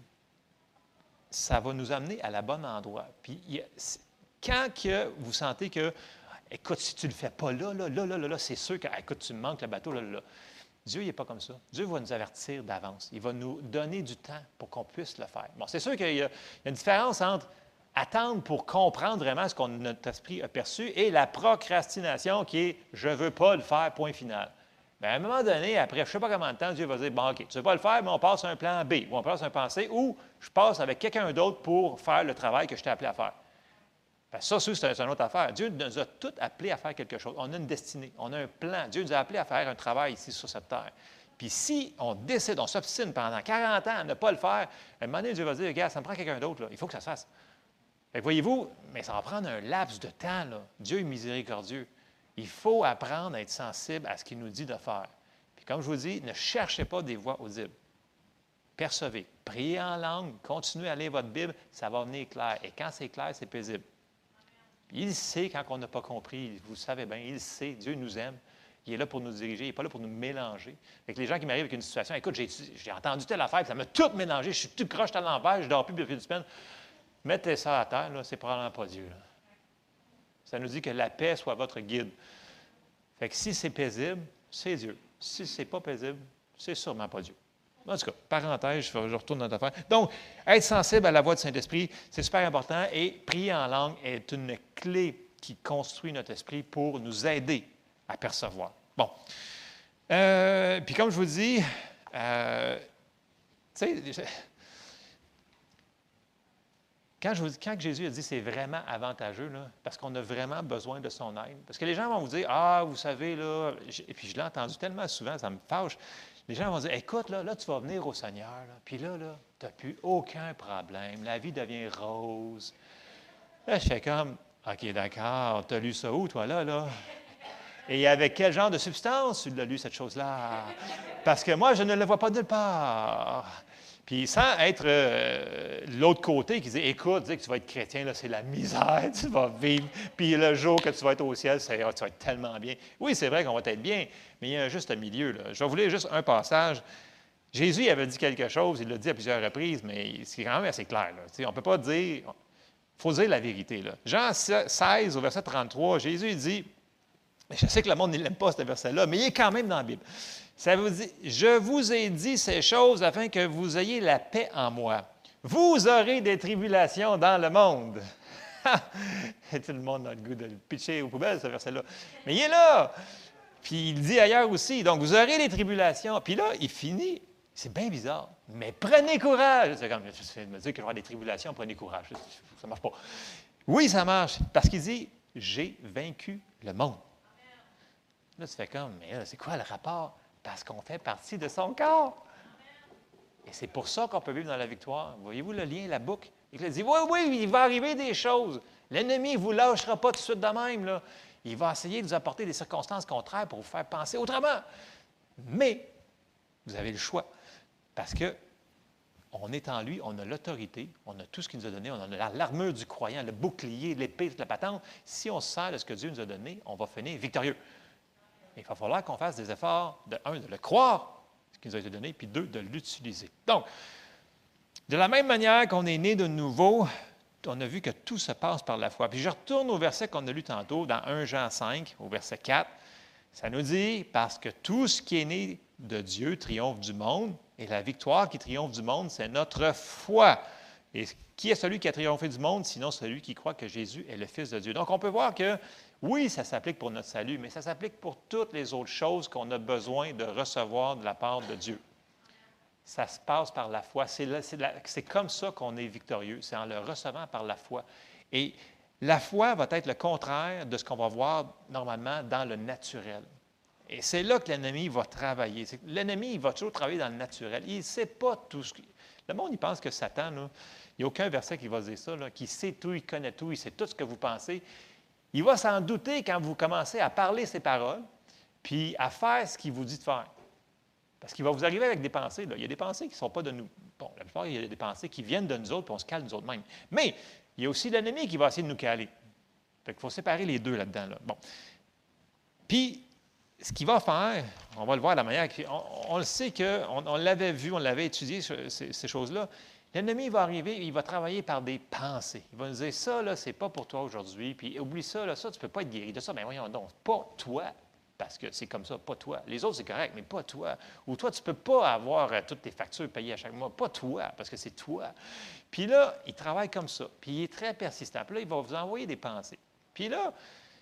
Ça va nous amener à la bonne endroit. Puis, il y a, quand que vous sentez que, écoute, si tu ne le fais pas là, là, là, là, là, là c'est sûr que, écoute, tu me manques le bateau, là, là, là. Dieu, il n'est pas comme ça. Dieu va nous avertir d'avance. Il va nous donner du temps pour qu'on puisse le faire. Bon, c'est sûr qu'il y a, il y a une différence entre attendre pour comprendre vraiment ce que notre esprit a perçu et la procrastination qui est « je ne veux pas le faire, point final ». Bien, à un moment donné, après je ne sais pas combien de temps, Dieu va dire « bon, OK, tu ne veux pas le faire, mais on passe à un plan B, ou on passe à un plan C, ou je passe avec quelqu'un d'autre pour faire le travail que je t'ai appelé à faire ». Bien, ça, c'est une autre affaire. Dieu nous a tous appelés à faire quelque chose. On a une destinée, on a un plan. Dieu nous a appelés à faire un travail ici sur cette terre. Puis si on décide, on s'obstine pendant quarante ans à ne pas le faire, à un moment donné, Dieu va dire « regarde, ça me prend quelqu'un d'autre, là. Il faut que ça se fasse ». Voyez-vous, mais ça va prendre un laps de temps. Là. Dieu est miséricordieux. Il faut apprendre à être sensible à ce qu'il nous dit de faire. Puis comme je vous dis, ne cherchez pas des voix audibles. Percevez. Priez en langue. Continuez à lire votre Bible. Ça va venir clair. Et quand c'est clair, c'est paisible. Puis il sait quand on n'a pas compris. Vous le savez bien. Il sait. Dieu nous aime. Il est là pour nous diriger. Il n'est pas là pour nous mélanger. Fait que les gens qui m'arrivent avec une situation, écoute, j'ai, j'ai entendu telle affaire, puis ça m'a tout mélangé. Je suis tout croche à l'envers. Je ne dors plus depuis une semaine. Mettez ça à terre, là, c'est probablement pas Dieu. Là. Ça nous dit que la paix soit votre guide. Fait que si c'est paisible, c'est Dieu. Si ce n'est pas paisible, c'est sûrement pas Dieu. En tout cas, parenthèse, je retourne dans notre affaire. Donc, être sensible à la voix du Saint-Esprit, c'est super important. Et prier en langue est une clé qui construit notre esprit pour nous aider à percevoir. Bon. Euh, puis comme je vous dis, euh, tu sais, Quand, je vous dis, quand Jésus a dit c'est vraiment avantageux, là, parce qu'on a vraiment besoin de son aide. Parce que les gens vont vous dire, ah, vous savez, là, et puis je l'ai entendu tellement souvent, ça me fâche. Les gens vont dire, écoute, là, là tu vas venir au Seigneur, là, puis là, là tu n'as plus aucun problème, la vie devient rose. Là, je fais comme, OK, d'accord, tu as lu ça où, toi, là, là? Et avec quel genre de substance tu l'as lu, cette chose-là? Parce que moi, je ne le vois pas nulle part. Puis sans être euh, l'autre côté qui dit, écoute, dis que tu vas être chrétien, là, c'est la misère, tu vas vivre. Puis le jour que tu vas être au ciel, c'est, tu vas être tellement bien. Oui, c'est vrai qu'on va être bien, mais il y a un juste milieu. Là. Je vais vous lire juste un passage. Jésus avait dit quelque chose, il l'a dit à plusieurs reprises, mais c'est quand même assez clair. Là. On ne peut pas dire, il faut dire la vérité. Là. Jean seize, au verset trente-trois, Jésus dit, je sais que le monde n'aime pas ce verset-là, mais il est quand même dans la Bible. Ça vous dit, je vous ai dit ces choses afin que vous ayez la paix en moi. Vous aurez des tribulations dans le monde. Tout le monde a le goût de le pitcher aux poubelles, ce verset-là. Mais il est là. Puis il dit ailleurs aussi, donc vous aurez des tribulations. Puis là, il finit, c'est bien bizarre, mais prenez courage. C'est comme, je me dire que je vais avoir des tribulations, prenez courage. Ça ne marche pas. Oui, ça marche, parce qu'il dit, j'ai vaincu le monde. Là, tu fais comme, mais là, c'est quoi le rapport? Parce qu'on fait partie de son corps. Et c'est pour ça qu'on peut vivre dans la victoire. Voyez-vous le lien, la boucle? Il dit, oui, oui, il va arriver des choses. L'ennemi ne vous lâchera pas tout de suite de même. Là. Il va essayer de vous apporter des circonstances contraires pour vous faire penser autrement. Mais vous avez le choix. Parce que on est en lui, on a l'autorité, on a tout ce qu'il nous a donné, on a l'armure du croyant, le bouclier, l'épée, toute la patente. Si on se sert de ce que Dieu nous a donné, on va finir victorieux. Il va falloir qu'on fasse des efforts, de un, de le croire, ce qui nous a été donné, puis deux, de l'utiliser. Donc, de la même manière qu'on est né de nouveau, on a vu que tout se passe par la foi. Puis je retourne au verset qu'on a lu tantôt, dans premier Jean cinq, au verset quatre. Ça nous dit, parce que tout ce qui est né de Dieu triomphe du monde, et la victoire qui triomphe du monde, c'est notre foi. Et qui est celui qui a triomphé du monde, sinon celui qui croit que Jésus est le Fils de Dieu? Donc, on peut voir que, oui, ça s'applique pour notre salut, mais ça s'applique pour toutes les autres choses qu'on a besoin de recevoir de la part de Dieu. Ça se passe par la foi. C'est, là, c'est, la, c'est comme ça qu'on est victorieux. C'est en le recevant par la foi. Et la foi va être le contraire de ce qu'on va voir normalement dans le naturel. Et c'est là que l'ennemi va travailler. C'est, l'ennemi, il va toujours travailler dans le naturel. Il ne sait pas tout ce que... Le monde, il pense que Satan, là, il n'y a aucun verset qui va dire ça, là, qu'il sait tout, il connaît tout, il sait tout ce que vous pensez. Il va s'en douter quand vous commencez à parler ces paroles, puis à faire ce qu'il vous dit de faire. Parce qu'il va vous arriver avec des pensées. Là. Il y a des pensées qui ne sont pas de nous. Bon, la plupart, il y a des pensées qui viennent de nous autres, puis on se cale nous autres mêmes. Mais il y a aussi l'ennemi qui va essayer de nous caler. Fait qu'il faut séparer les deux là-dedans. Là. Bon. Puis, ce qu'il va faire, on va le voir de la manière, on, on le sait qu'on on l'avait vu, on l'avait étudié, ces, ces choses-là. L'ennemi va arriver, il va travailler par des pensées. Il va nous dire, ça, là, c'est pas pour toi aujourd'hui, puis oublie ça, là, ça, tu ne peux pas être guéri de ça. Bien, voyons donc, pas toi, parce que c'est comme ça, pas toi. Les autres, c'est correct, mais pas toi. Ou toi, tu ne peux pas avoir euh, toutes tes factures payées à chaque mois, pas toi, parce que c'est toi. Puis là, il travaille comme ça, puis il est très persistant. Puis là, il va vous envoyer des pensées. Puis là,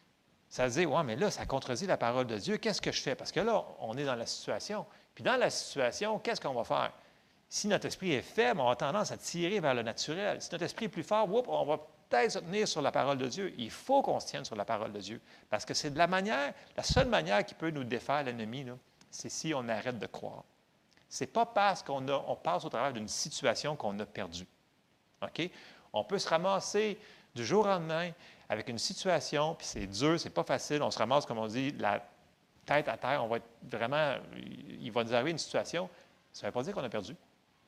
ça se dit, ouais, mais là, ça contredit la parole de Dieu. Qu'est-ce que je fais? Parce que là, on est dans la situation. Puis dans la situation, qu'est-ce qu'on va faire? Si notre esprit est faible, on a tendance à tirer vers le naturel. Si notre esprit est plus fort, whoop, on va peut-être se tenir sur la parole de Dieu. Il faut qu'on se tienne sur la parole de Dieu. Parce que c'est de la manière, la seule manière qui peut nous défaire l'ennemi, là, c'est si on arrête de croire. Ce n'est pas parce qu'on a, on passe au travers d'une situation qu'on a perdu. OK? On peut se ramasser du jour au lendemain avec une situation, puis c'est dur, c'est pas facile. On se ramasse, comme on dit, la tête à terre. On va être vraiment, il va nous arriver une situation. Ça ne veut pas dire qu'on a perdu.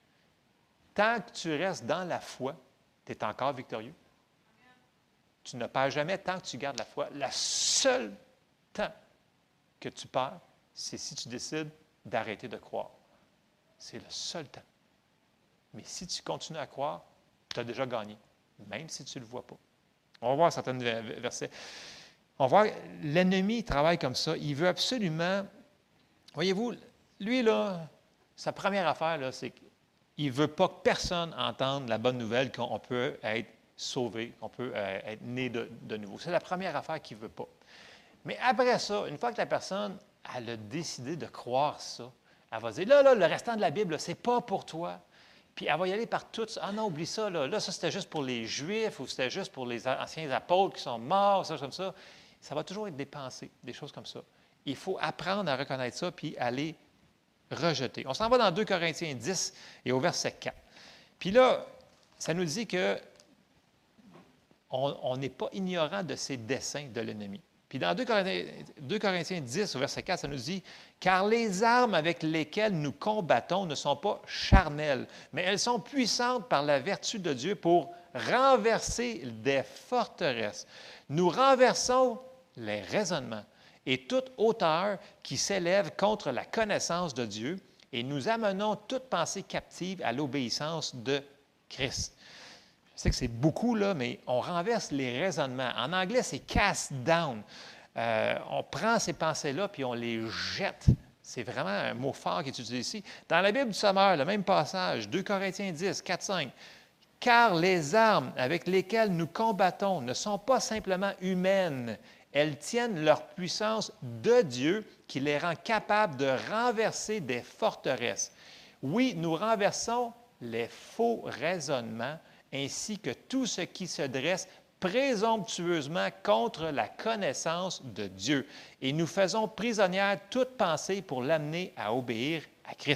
Tant que tu restes dans la foi, tu es encore victorieux. Tu ne perds jamais tant que tu gardes la foi. Le seul temps que tu perds, c'est si tu décides d'arrêter de croire. C'est le seul temps. Mais si tu continues à croire, tu as déjà gagné, même si tu ne le vois pas. On va voir certains versets. On va voir, l'ennemi travaille comme ça. Il veut absolument... Voyez-vous, lui, là, sa première affaire, là, c'est qu'il ne veut pas que personne entende la bonne nouvelle qu'on peut être sauvé, qu'on peut euh, être né de, de nouveau. C'est la première affaire qu'il ne veut pas. Mais après ça, une fois que la personne elle a décidé de croire ça, elle va dire, là, là, le restant de la Bible, ce n'est pas pour toi. Puis elle va y aller par tout. Ah non, oublie ça, là, là ça c'était juste pour les Juifs ou c'était juste pour les anciens apôtres qui sont morts, ça comme ça. Ça va toujours être des pensées, des choses comme ça. Il faut apprendre à reconnaître ça puis aller rejeter. On s'en va dans deux Corinthiens dix et au verset quatre. Puis là, ça nous dit que on n'est pas ignorant de ses desseins de l'ennemi. Puis dans deux Corinthiens, deux Corinthiens dix, au verset quatre, ça nous dit « Car les armes avec lesquelles nous combattons ne sont pas charnelles, mais elles sont puissantes par la vertu de Dieu pour renverser des forteresses. Nous renversons les raisonnements et toute hauteur qui s'élève contre la connaissance de Dieu, et nous amenons toute pensée captive à l'obéissance de Christ. » Je sais que c'est beaucoup, là, mais on renverse les raisonnements. En anglais, c'est « cast down ». Euh, on prend ces pensées-là puis on les jette. C'est vraiment un mot fort qui est utilisé ici. Dans la Bible du Sommeur, le même passage, deux Corinthiens dix, quatre, cinq. « Car les armes avec lesquelles nous combattons ne sont pas simplement humaines. Elles tiennent leur puissance de Dieu qui les rend capables de renverser des forteresses. Oui, nous renversons les faux raisonnements ainsi que tout ce qui se dresse présomptueusement contre la connaissance de Dieu. Et nous faisons prisonnière toute pensée pour l'amener à obéir à Christ. »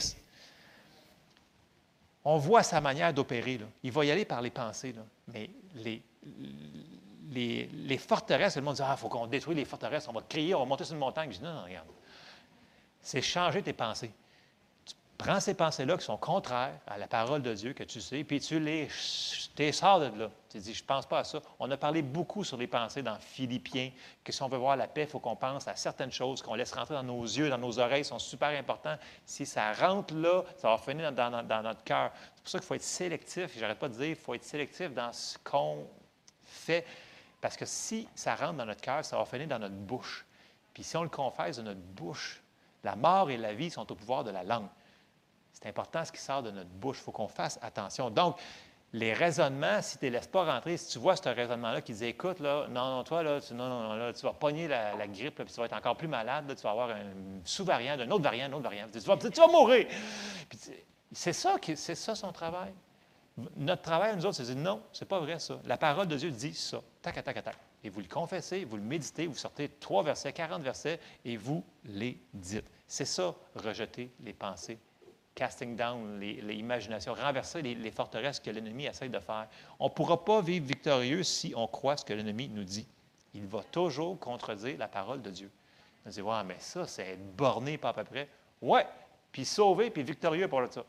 On voit sa manière d'opérer. Là. Il va y aller par les pensées. Là. Mais les, les, les forteresses, le monde dit « Ah, il faut qu'on détruise les forteresses, on va crier, on va monter sur une montagne. » Je dis « Non, non, regarde. C'est changer tes pensées. Prends ces pensées-là qui sont contraires à la parole de Dieu, que tu sais, puis tu les, les sors de là. Tu dis, je ne pense pas à ça. On a parlé beaucoup sur les pensées dans Philippiens, que si on veut voir la paix, il faut qu'on pense à certaines choses, qu'on laisse rentrer dans nos yeux, dans nos oreilles, sont super importants. Si ça rentre là, ça va finir dans, dans, dans notre cœur. C'est pour ça qu'il faut être sélectif. Je n'arrête pas de dire qu'il faut être sélectif dans ce qu'on fait, parce que si ça rentre dans notre cœur, ça va finir dans notre bouche. Puis si on le confesse de notre bouche, la mort et la vie sont au pouvoir de la langue. C'est important ce qui sort de notre bouche. Il faut qu'on fasse attention. Donc, les raisonnements, si tu ne les laisses pas rentrer, si tu vois ce raisonnement-là qui dit « Écoute, là, non, non, toi, là, tu, non, non, là, tu vas pogner la, la grippe, là, puis tu vas être encore plus malade, là, tu vas avoir un sous-variant d'un autre variant, un autre variant. Tu vas, tu vas mourir! » C'est ça, c'est ça son travail. Notre travail, nous autres, c'est de dire « Non, c'est pas vrai ça. La parole de Dieu dit ça. Tac, tac, tac, tac. » Et vous le confessez, vous le méditez, vous sortez trois versets, quarante versets, et vous les dites. C'est ça, rejeter les pensées. Casting down, les, les imaginations, renverser les, les forteresses que l'ennemi essaie de faire. On ne pourra pas vivre victorieux si on croit ce que l'ennemi nous dit. Il va toujours contredire la parole de Dieu. On dit, ouais, mais ça, c'est être borné, pas à peu près. Ouais, puis sauvé, puis victorieux pour ça.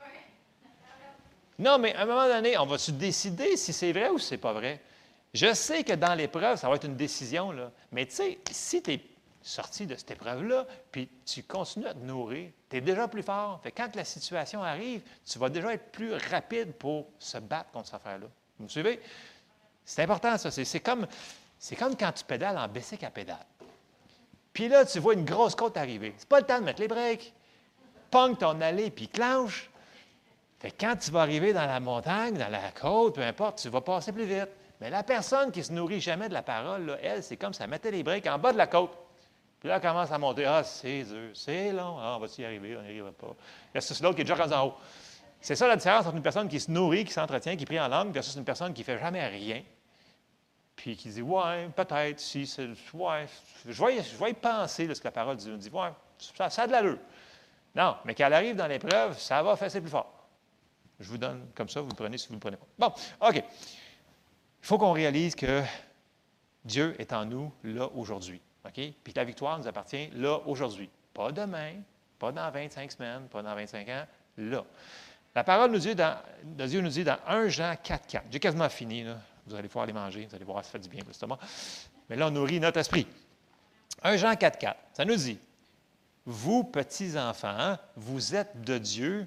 Non, mais à un moment donné, on va se décider si c'est vrai ou si ce n'est pas vrai. Je sais que dans l'épreuve, ça va être une décision, là. Mais tu sais, si tu es sorti de cette épreuve-là, puis tu continues à te nourrir, tu es déjà plus fort. Fait que quand la situation arrive, tu vas déjà être plus rapide pour se battre contre cette affaire-là. Vous me suivez? C'est important, ça. C'est, c'est, comme, c'est comme quand tu pédales en bicycle à pédale. Puis là, tu vois une grosse côte arriver. C'est pas le temps de mettre les breaks. Pogne ton allée, puis clenche. Fait que quand tu vas arriver dans la montagne, dans la côte, peu importe, tu vas passer plus vite. Mais la personne qui ne se nourrit jamais de la parole, là, elle, c'est comme si elle mettait les breaks en bas de la côte. Puis là, elle commence à monter. Ah, c'est dur, c'est long. Ah, on va-tu y arriver? On n'y arrivera pas. C'est l'autre qui est déjà rendu en haut. C'est ça la différence entre une personne qui se nourrit, qui s'entretient, qui prie en langue, versus une personne qui ne fait jamais rien. Puis qui dit, ouais, peut-être, si, c'est, ouais, je vais, je vais y penser, là, ce que la parole dit. On dit, ouais, ça, ça a de l'allure. Non, mais quand elle arrive dans l'épreuve, ça va fesser plus fort. Je vous donne comme ça, vous le prenez si vous ne le prenez pas. Bon, OK. Il faut qu'on réalise que Dieu est en nous, là, aujourd'hui. OK? Puis que la victoire nous appartient là, aujourd'hui. Pas demain, pas dans vingt-cinq semaines, pas dans vingt-cinq ans, là. La parole nous dit dans, de Dieu nous dit dans un Jean quatre, quatre. J'ai quasiment fini, là. Vous allez pouvoir les manger, vous allez voir, ça fait du bien pour l'estomac. Mais là, on nourrit notre esprit. un Jean quatre, quatre. Ça nous dit, vous, petits-enfants, vous êtes de Dieu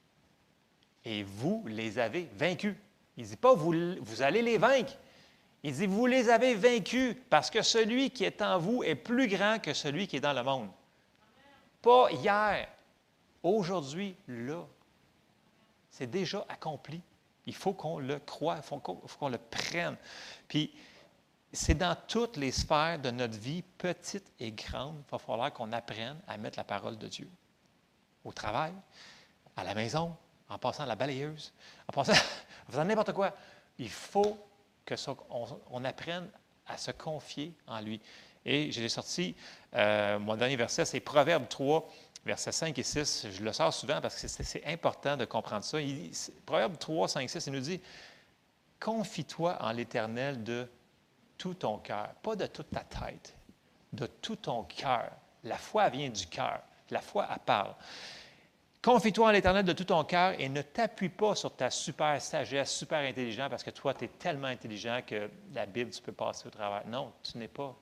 et vous les avez vaincus. Il ne dit pas, vous, vous allez les vaincre. Il dit, vous les avez vaincus parce que celui qui est en vous est plus grand que celui qui est dans le monde. Pas hier, aujourd'hui, là. C'est déjà accompli. Il faut qu'on le croie, il faut qu'on, faut qu'on le prenne. Puis, c'est dans toutes les sphères de notre vie, petites et grandes, il va falloir qu'on apprenne à mettre la parole de Dieu. Au travail, à la maison, en passant à la balayeuse, en passant, en faisant n'importe quoi. Il faut que ça, on, on apprenne à se confier en lui. Et j'ai sorti, euh, mon dernier verset, c'est Proverbe trois, versets cinq et six. Je le sors souvent parce que c'est, c'est important de comprendre ça. Il, Proverbe trois, cinq, six, il nous dit, confie-toi en l'Éternel de tout ton cœur, pas de toute ta tête, de tout ton cœur. La foi vient du cœur. La foi, elle parle. Confie-toi en l'Éternel de tout ton cœur et ne t'appuie pas sur ta super sagesse, super intelligent, parce que toi, tu es tellement intelligent que la Bible, tu peux passer au travers. Non, tu n'es pas.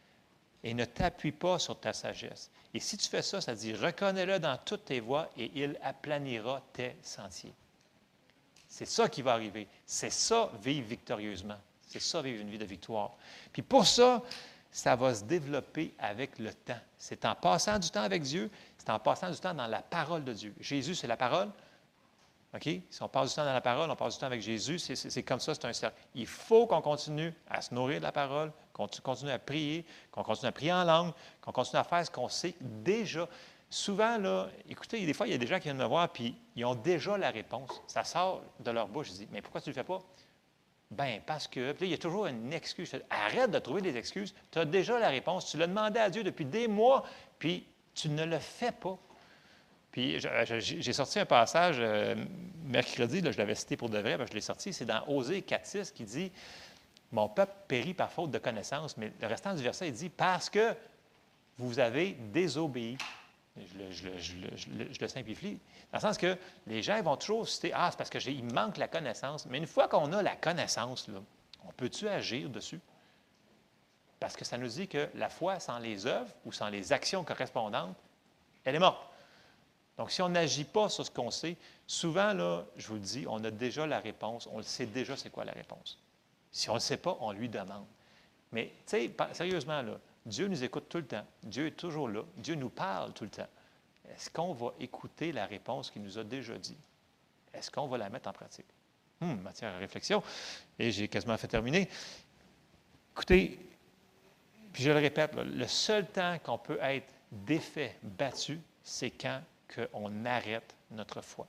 Et ne t'appuie pas sur ta sagesse. Et si tu fais ça, ça dit, reconnais-le dans toutes tes voies et il aplanira tes sentiers. C'est ça qui va arriver. C'est ça, vivre victorieusement. C'est ça, vivre une vie de victoire. Puis pour ça, ça va se développer avec le temps. C'est en passant du temps avec Dieu, c'est en passant du temps dans la parole de Dieu. Jésus, c'est la parole. OK? Si on passe du temps dans la parole, on passe du temps avec Jésus, c'est, c'est, c'est comme ça, c'est un cercle. Il faut qu'on continue à se nourrir de la parole, qu'on continue à prier, qu'on continue à prier en langue, qu'on continue à faire ce qu'on sait déjà. Souvent, là, écoutez, des fois, il y a des gens qui viennent me voir, puis ils ont déjà la réponse. Ça sort de leur bouche. Je dis, mais pourquoi tu ne le fais pas? Bien, parce que, puis là, il y a toujours une excuse. Arrête de trouver des excuses. Tu as déjà la réponse. Tu l'as demandé à Dieu depuis des mois, puis tu ne le fais pas. Puis j'ai sorti un passage euh, mercredi, là, je l'avais cité pour de vrai, je l'ai sorti, c'est dans Osée quatre six qui dit « Mon peuple périt par faute de connaissance », mais le restant du verset, il dit « Parce que vous avez désobéi ». Je le, je, le, je, le, je, le, je le simplifie, dans le sens que les gens vont toujours citer « Ah, c'est parce qu'il manque la connaissance ». Mais une fois qu'on a la connaissance, là, on peut-tu agir dessus? Parce que ça nous dit que la foi sans les œuvres ou sans les actions correspondantes, elle est morte. Donc, si on n'agit pas sur ce qu'on sait, souvent, là, je vous le dis, on a déjà la réponse, on le sait déjà c'est quoi la réponse. Si on ne le sait pas, on lui demande. Mais, tu sais, sérieusement, là, Dieu nous écoute tout le temps. Dieu est toujours là. Dieu nous parle tout le temps. Est-ce qu'on va écouter la réponse qu'il nous a déjà dit? Est-ce qu'on va la mettre en pratique? Hum, matière à réflexion. Et j'ai quasiment fait terminer. Écoutez, puis je le répète, là, le seul temps qu'on peut être défait, battu, c'est quand qu'on arrête notre foi.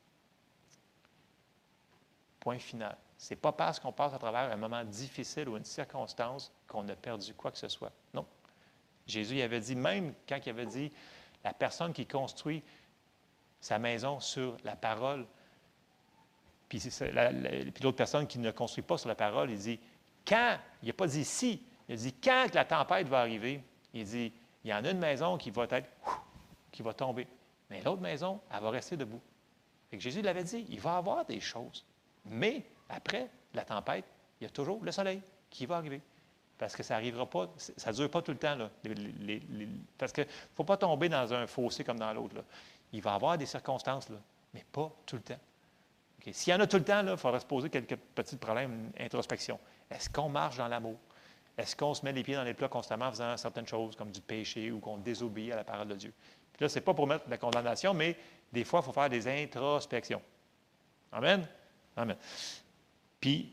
Point final. Ce n'est pas parce qu'on passe à travers un moment difficile ou une circonstance qu'on a perdu quoi que ce soit. Non. Jésus il avait dit, même quand il avait dit, la personne qui construit sa maison sur la parole, puis, la, la, puis l'autre personne qui ne construit pas sur la parole, il dit, quand, il n'a pas dit si, il a dit, quand la tempête va arriver, il dit, il y en a une maison qui va être, qui va tomber. Mais l'autre maison, elle va rester debout. Fait que Jésus l'avait dit, il va y avoir des choses. Mais après la tempête, il y a toujours le soleil qui va arriver. Parce que ça n'arrivera pas, ça ne dure pas tout le temps. Là, les, les, les, parce qu'il ne faut pas tomber dans un fossé comme dans l'autre. Là. Il va y avoir des circonstances, là, mais pas tout le temps. Okay. S'il y en a tout le temps, il faudra se poser quelques petits problèmes d'introspection. Est-ce qu'on marche dans l'amour? Est-ce qu'on se met les pieds dans les plats constamment en faisant certaines choses comme du péché ou qu'on désobéit à la parole de Dieu? Puis là, ce n'est pas pour mettre de la condamnation, mais des fois, il faut faire des introspections. Amen? Amen. Puis,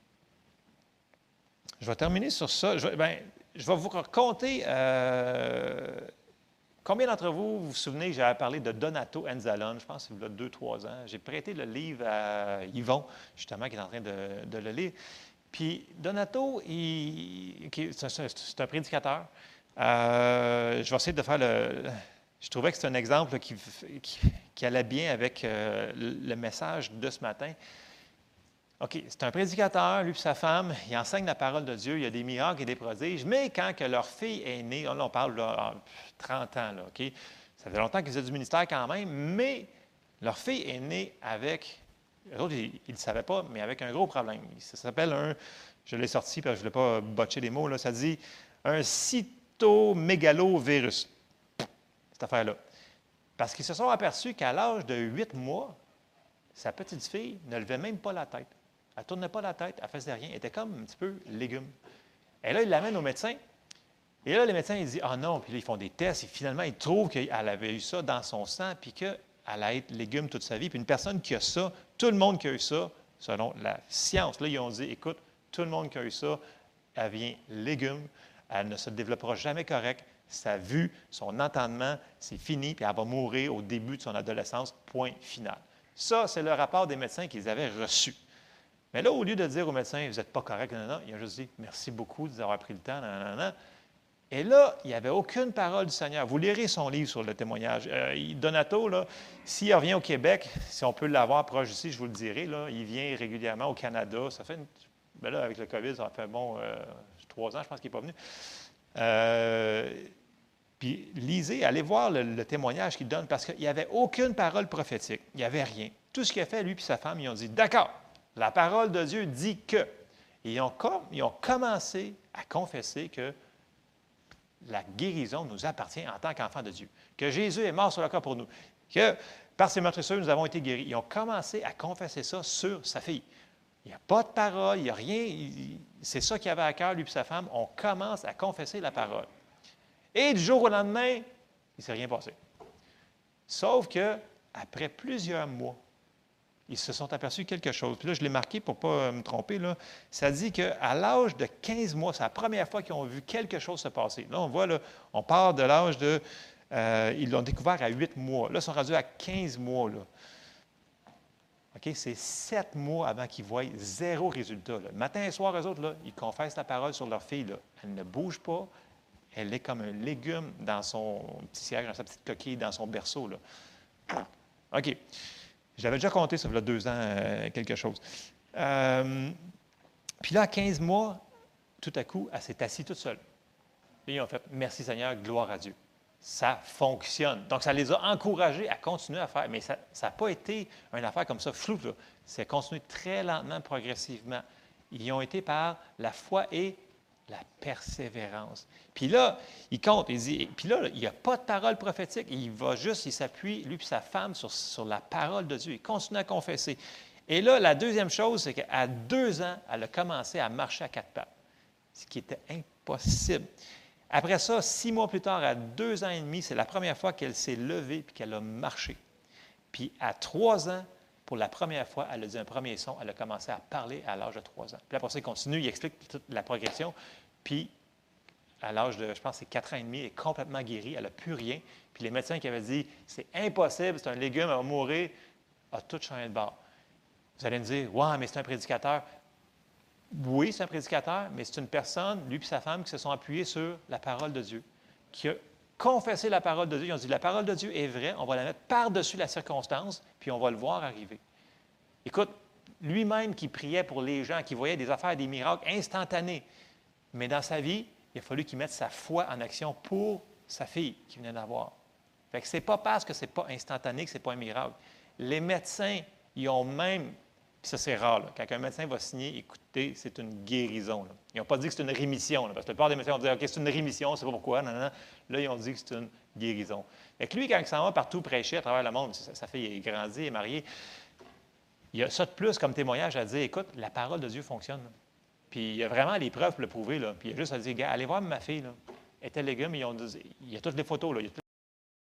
je vais terminer sur ça. Je vais, bien, je vais vous raconter euh, combien d'entre vous vous vous souvenez que j'avais parlé de Donato Enzalone, je pense que c'est il y a deux, trois ans. J'ai prêté le livre à Yvon, justement, qui est en train de, de le lire. Puis, Donato, il, qui, c'est, un, c'est un prédicateur. Euh, je vais essayer de faire le... Je trouvais que c'est un exemple qui, qui, qui allait bien avec euh, le message de ce matin. OK, c'est un prédicateur, lui et sa femme, il enseigne la parole de Dieu, il y a des miracles et des prodiges, mais quand que leur fille est née, là, on parle de trente ans, là, OK? Ça fait longtemps qu'ils faisaient du ministère quand même, mais leur fille est née avec, eux autres, ils ne le savaient pas, mais avec un gros problème. Ça s'appelle un, je l'ai sorti, parce que je ne voulais pas botcher les mots, là, ça dit un cytomégalovirus. Cette affaire-là. Parce qu'ils se sont aperçus qu'à l'âge de huit mois, sa petite fille ne levait même pas la tête. Elle ne tournait pas la tête, elle ne faisait rien. Elle était comme un petit peu légume. Et là, ils l'amènent au médecin. Et là, les médecins, ils disent « Ah non », puis là, ils font des tests. Et finalement, ils trouvent qu'elle avait eu ça dans son sang, puis qu'elle allait être légume toute sa vie. Puis une personne qui a ça, tout le monde qui a eu ça, selon la science, là, ils ont dit « Écoute, tout le monde qui a eu ça, elle vient légume, elle ne se développera jamais correct. Sa vue, son entendement, c'est fini, puis elle va mourir au début de son adolescence, point final. » Ça, c'est le rapport des médecins qu'ils avaient reçu. Mais là, au lieu de dire aux médecins, vous n'êtes pas correct, non, non, il a juste dit, merci beaucoup d'avoir pris le temps, non, non, non. Et là, il n'y avait aucune parole du Seigneur. Vous lirez son livre sur le témoignage. Euh, Donato, là, s'il revient au Québec, si on peut l'avoir proche ici, je vous le dirai, là, il vient régulièrement au Canada. Ça fait une, ben là, avec le COVID, ça fait bon euh, trois ans, je pense qu'il n'est pas venu. Euh, puis lisez, allez voir le, le témoignage qu'il donne, parce qu'il n'y avait aucune parole prophétique. Il n'y avait rien. Tout ce qu'il a fait, lui et sa femme, ils ont dit, d'accord, la parole de Dieu dit que. Et ils ont, com- ils ont commencé à confesser que la guérison nous appartient en tant qu'enfants de Dieu, que Jésus est mort sur la croix pour nous, que par ses meurtrissures, nous avons été guéris. Ils ont commencé à confesser ça sur sa fille. Il n'y a pas de parole, il n'y a rien. Il, c'est ça qu'il avait à cœur, lui et sa femme. On commence à confesser la parole. Et du jour au lendemain, il ne s'est rien passé. Sauf que après plusieurs mois, ils se sont aperçus quelque chose. Puis là, je l'ai marqué pour ne pas me tromper. Là. Ça dit qu'à l'âge de quinze mois, c'est la première fois qu'ils ont vu quelque chose se passer. Là, on voit, là, on part de l'âge de... Euh, ils l'ont découvert à huit mois. Là, ils sont rendus à quinze mois. Là. OK? C'est sept mois avant qu'ils voient zéro résultat. Là. Matin et soir, eux autres, là, ils confessent la parole sur leur fille. Là. Elle ne bouge pas. Elle est comme un légume dans son petit siège, dans sa petite coquille, dans son berceau. Là. OK. J'avais déjà compté, ça fait deux ans, euh, quelque chose. Euh, puis là, à quinze mois, tout à coup, elle s'est assise toute seule. Et ils ont fait « Merci Seigneur, gloire à Dieu ». Ça fonctionne. Donc, ça les a encouragés à continuer à faire. Mais ça n'a pas été une affaire comme ça, flou. Là. C'est continué très lentement, progressivement. Ils ont été par la foi et la persévérance. Puis là, il compte, il dit, puis là, il n'y a pas de parole prophétique. Il va juste, il s'appuie, lui et sa femme, sur, sur la parole de Dieu. Il continue à confesser. Et là, la deuxième chose, c'est qu'à deux ans, elle a commencé à marcher à quatre pattes, ce qui était impossible. Après ça, six mois plus tard, à deux ans et demi, c'est la première fois qu'elle s'est levée et qu'elle a marché. Puis à trois ans, pour la première fois, elle a dit un premier son, elle a commencé à parler à l'âge de trois ans. Puis après ça, il continue, il explique toute la progression. Puis, à l'âge de, je pense, c'est quatre ans et demi, elle est complètement guérie, elle n'a plus rien. Puis les médecins qui avaient dit, c'est impossible, c'est un légume, elle va mourir, a tout changé de bord. Vous allez me dire, ouais, mais c'est un prédicateur. Oui, c'est un prédicateur, mais c'est une personne, lui et sa femme, qui se sont appuyés sur la parole de Dieu, qui a confessé la parole de Dieu. Ils ont dit, la parole de Dieu est vraie, on va la mettre par-dessus la circonstance, puis on va le voir arriver. Écoute, lui-même qui priait pour les gens, qui voyait des affaires, des miracles instantanés, mais dans sa vie, il a fallu qu'il mette sa foi en action pour sa fille qui venait d'avoir. Fait que ce n'est pas parce que ce n'est pas instantané que ce n'est pas un miracle. Les médecins, ils ont même, puis ça c'est rare, là, quand un médecin va signer, écoutez, c'est une guérison. Là. Ils n'ont pas dit que c'est une rémission, là, parce que la plupart des médecins vont dire, OK, c'est une rémission, c'est pas pourquoi, non, non, non. Là, ils ont dit que c'est une guérison. Fait que lui, quand il s'en va partout prêcher à travers le monde, sa, sa fille est grandie, est mariée, il y a ça de plus comme témoignage à dire, écoute, la parole de Dieu fonctionne. Là. Puis il y a vraiment les preuves pour le prouver. Là. Puis il y a juste à dire, gars, allez voir ma fille. Là. Elle était légume, ils ont dit, il y a toutes les photos. Là. Il y a toutes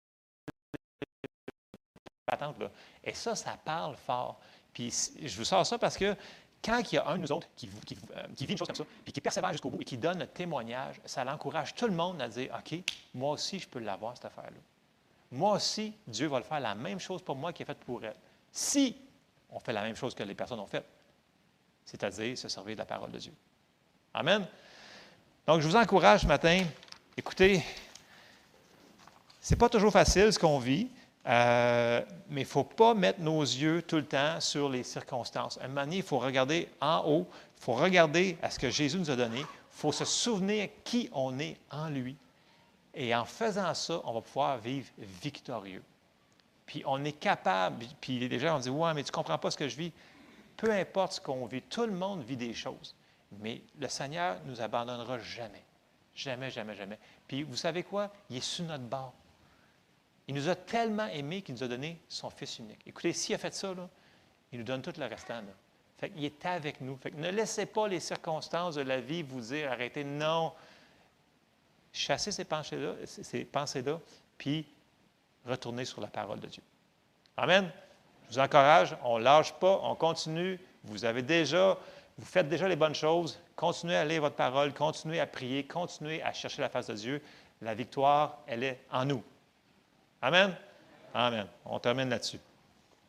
les patentes. Là. Et ça, ça parle fort. Puis je vous sors ça parce que quand il y a un de nous autres qui, qui, euh, qui vit une chose comme ça, puis qui persévère jusqu'au bout et qui donne le témoignage, ça l'encourage tout le monde à dire, OK, moi aussi, je peux l'avoir, cette affaire-là. Moi aussi, Dieu va le faire la même chose pour moi qu'il a fait pour elle. Si on fait la même chose que les personnes ont fait, c'est-à-dire se servir de la parole de Dieu. Amen. Donc, je vous encourage ce matin, écoutez, ce n'est pas toujours facile ce qu'on vit, euh, mais il ne faut pas mettre nos yeux tout le temps sur les circonstances. À un moment donné, il faut regarder en haut, il faut regarder à ce que Jésus nous a donné, il faut se souvenir qui on est en lui. Et en faisant ça, on va pouvoir vivre victorieux. Puis on est capable, puis les gens vont dire, ouais, mais tu ne comprends pas ce que je vis. Peu importe ce qu'on vit, tout le monde vit des choses. Mais le Seigneur ne nous abandonnera jamais. Jamais, jamais, jamais. Puis vous savez quoi? Il est sur notre bord. Il nous a tellement aimés qu'il nous a donné son Fils unique. Écoutez, s'il a fait ça, là, il nous donne tout le restant. Là. Fait qu'il est avec nous. Fait que ne laissez pas les circonstances de la vie vous dire, arrêtez. Non. Chassez ces pensées-là, ces pensées-là, puis retournez sur la parole de Dieu. Amen. Je vous encourage, on ne lâche pas, on continue. Vous avez déjà, vous faites déjà les bonnes choses. Continuez à lire votre parole, continuez à prier, continuez à chercher la face de Dieu. La victoire, elle est en nous. Amen? Amen. On termine là-dessus.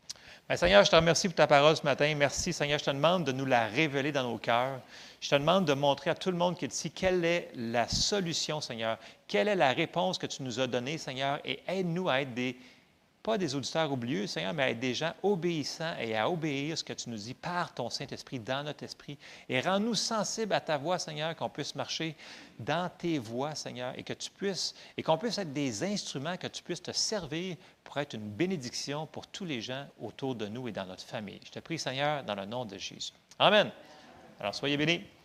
Bien, Seigneur, je te remercie pour ta parole ce matin. Merci, Seigneur. Je te demande de nous la révéler dans nos cœurs. Je te demande de montrer à tout le monde qui est ici quelle est la solution, Seigneur. Quelle est la réponse que tu nous as donnée, Seigneur. Et aide-nous à être des, pas des auditeurs oublieux, Seigneur, mais à être des gens obéissants et à obéir ce que tu nous dis par ton Saint-Esprit, dans notre esprit. Et rends-nous sensibles à ta voix, Seigneur, qu'on puisse marcher dans tes voies, Seigneur, et que tu puisses, et qu'on puisse être des instruments, que tu puisses te servir pour être une bénédiction pour tous les gens autour de nous et dans notre famille. Je te prie, Seigneur, dans le nom de Jésus. Amen. Alors, soyez bénis.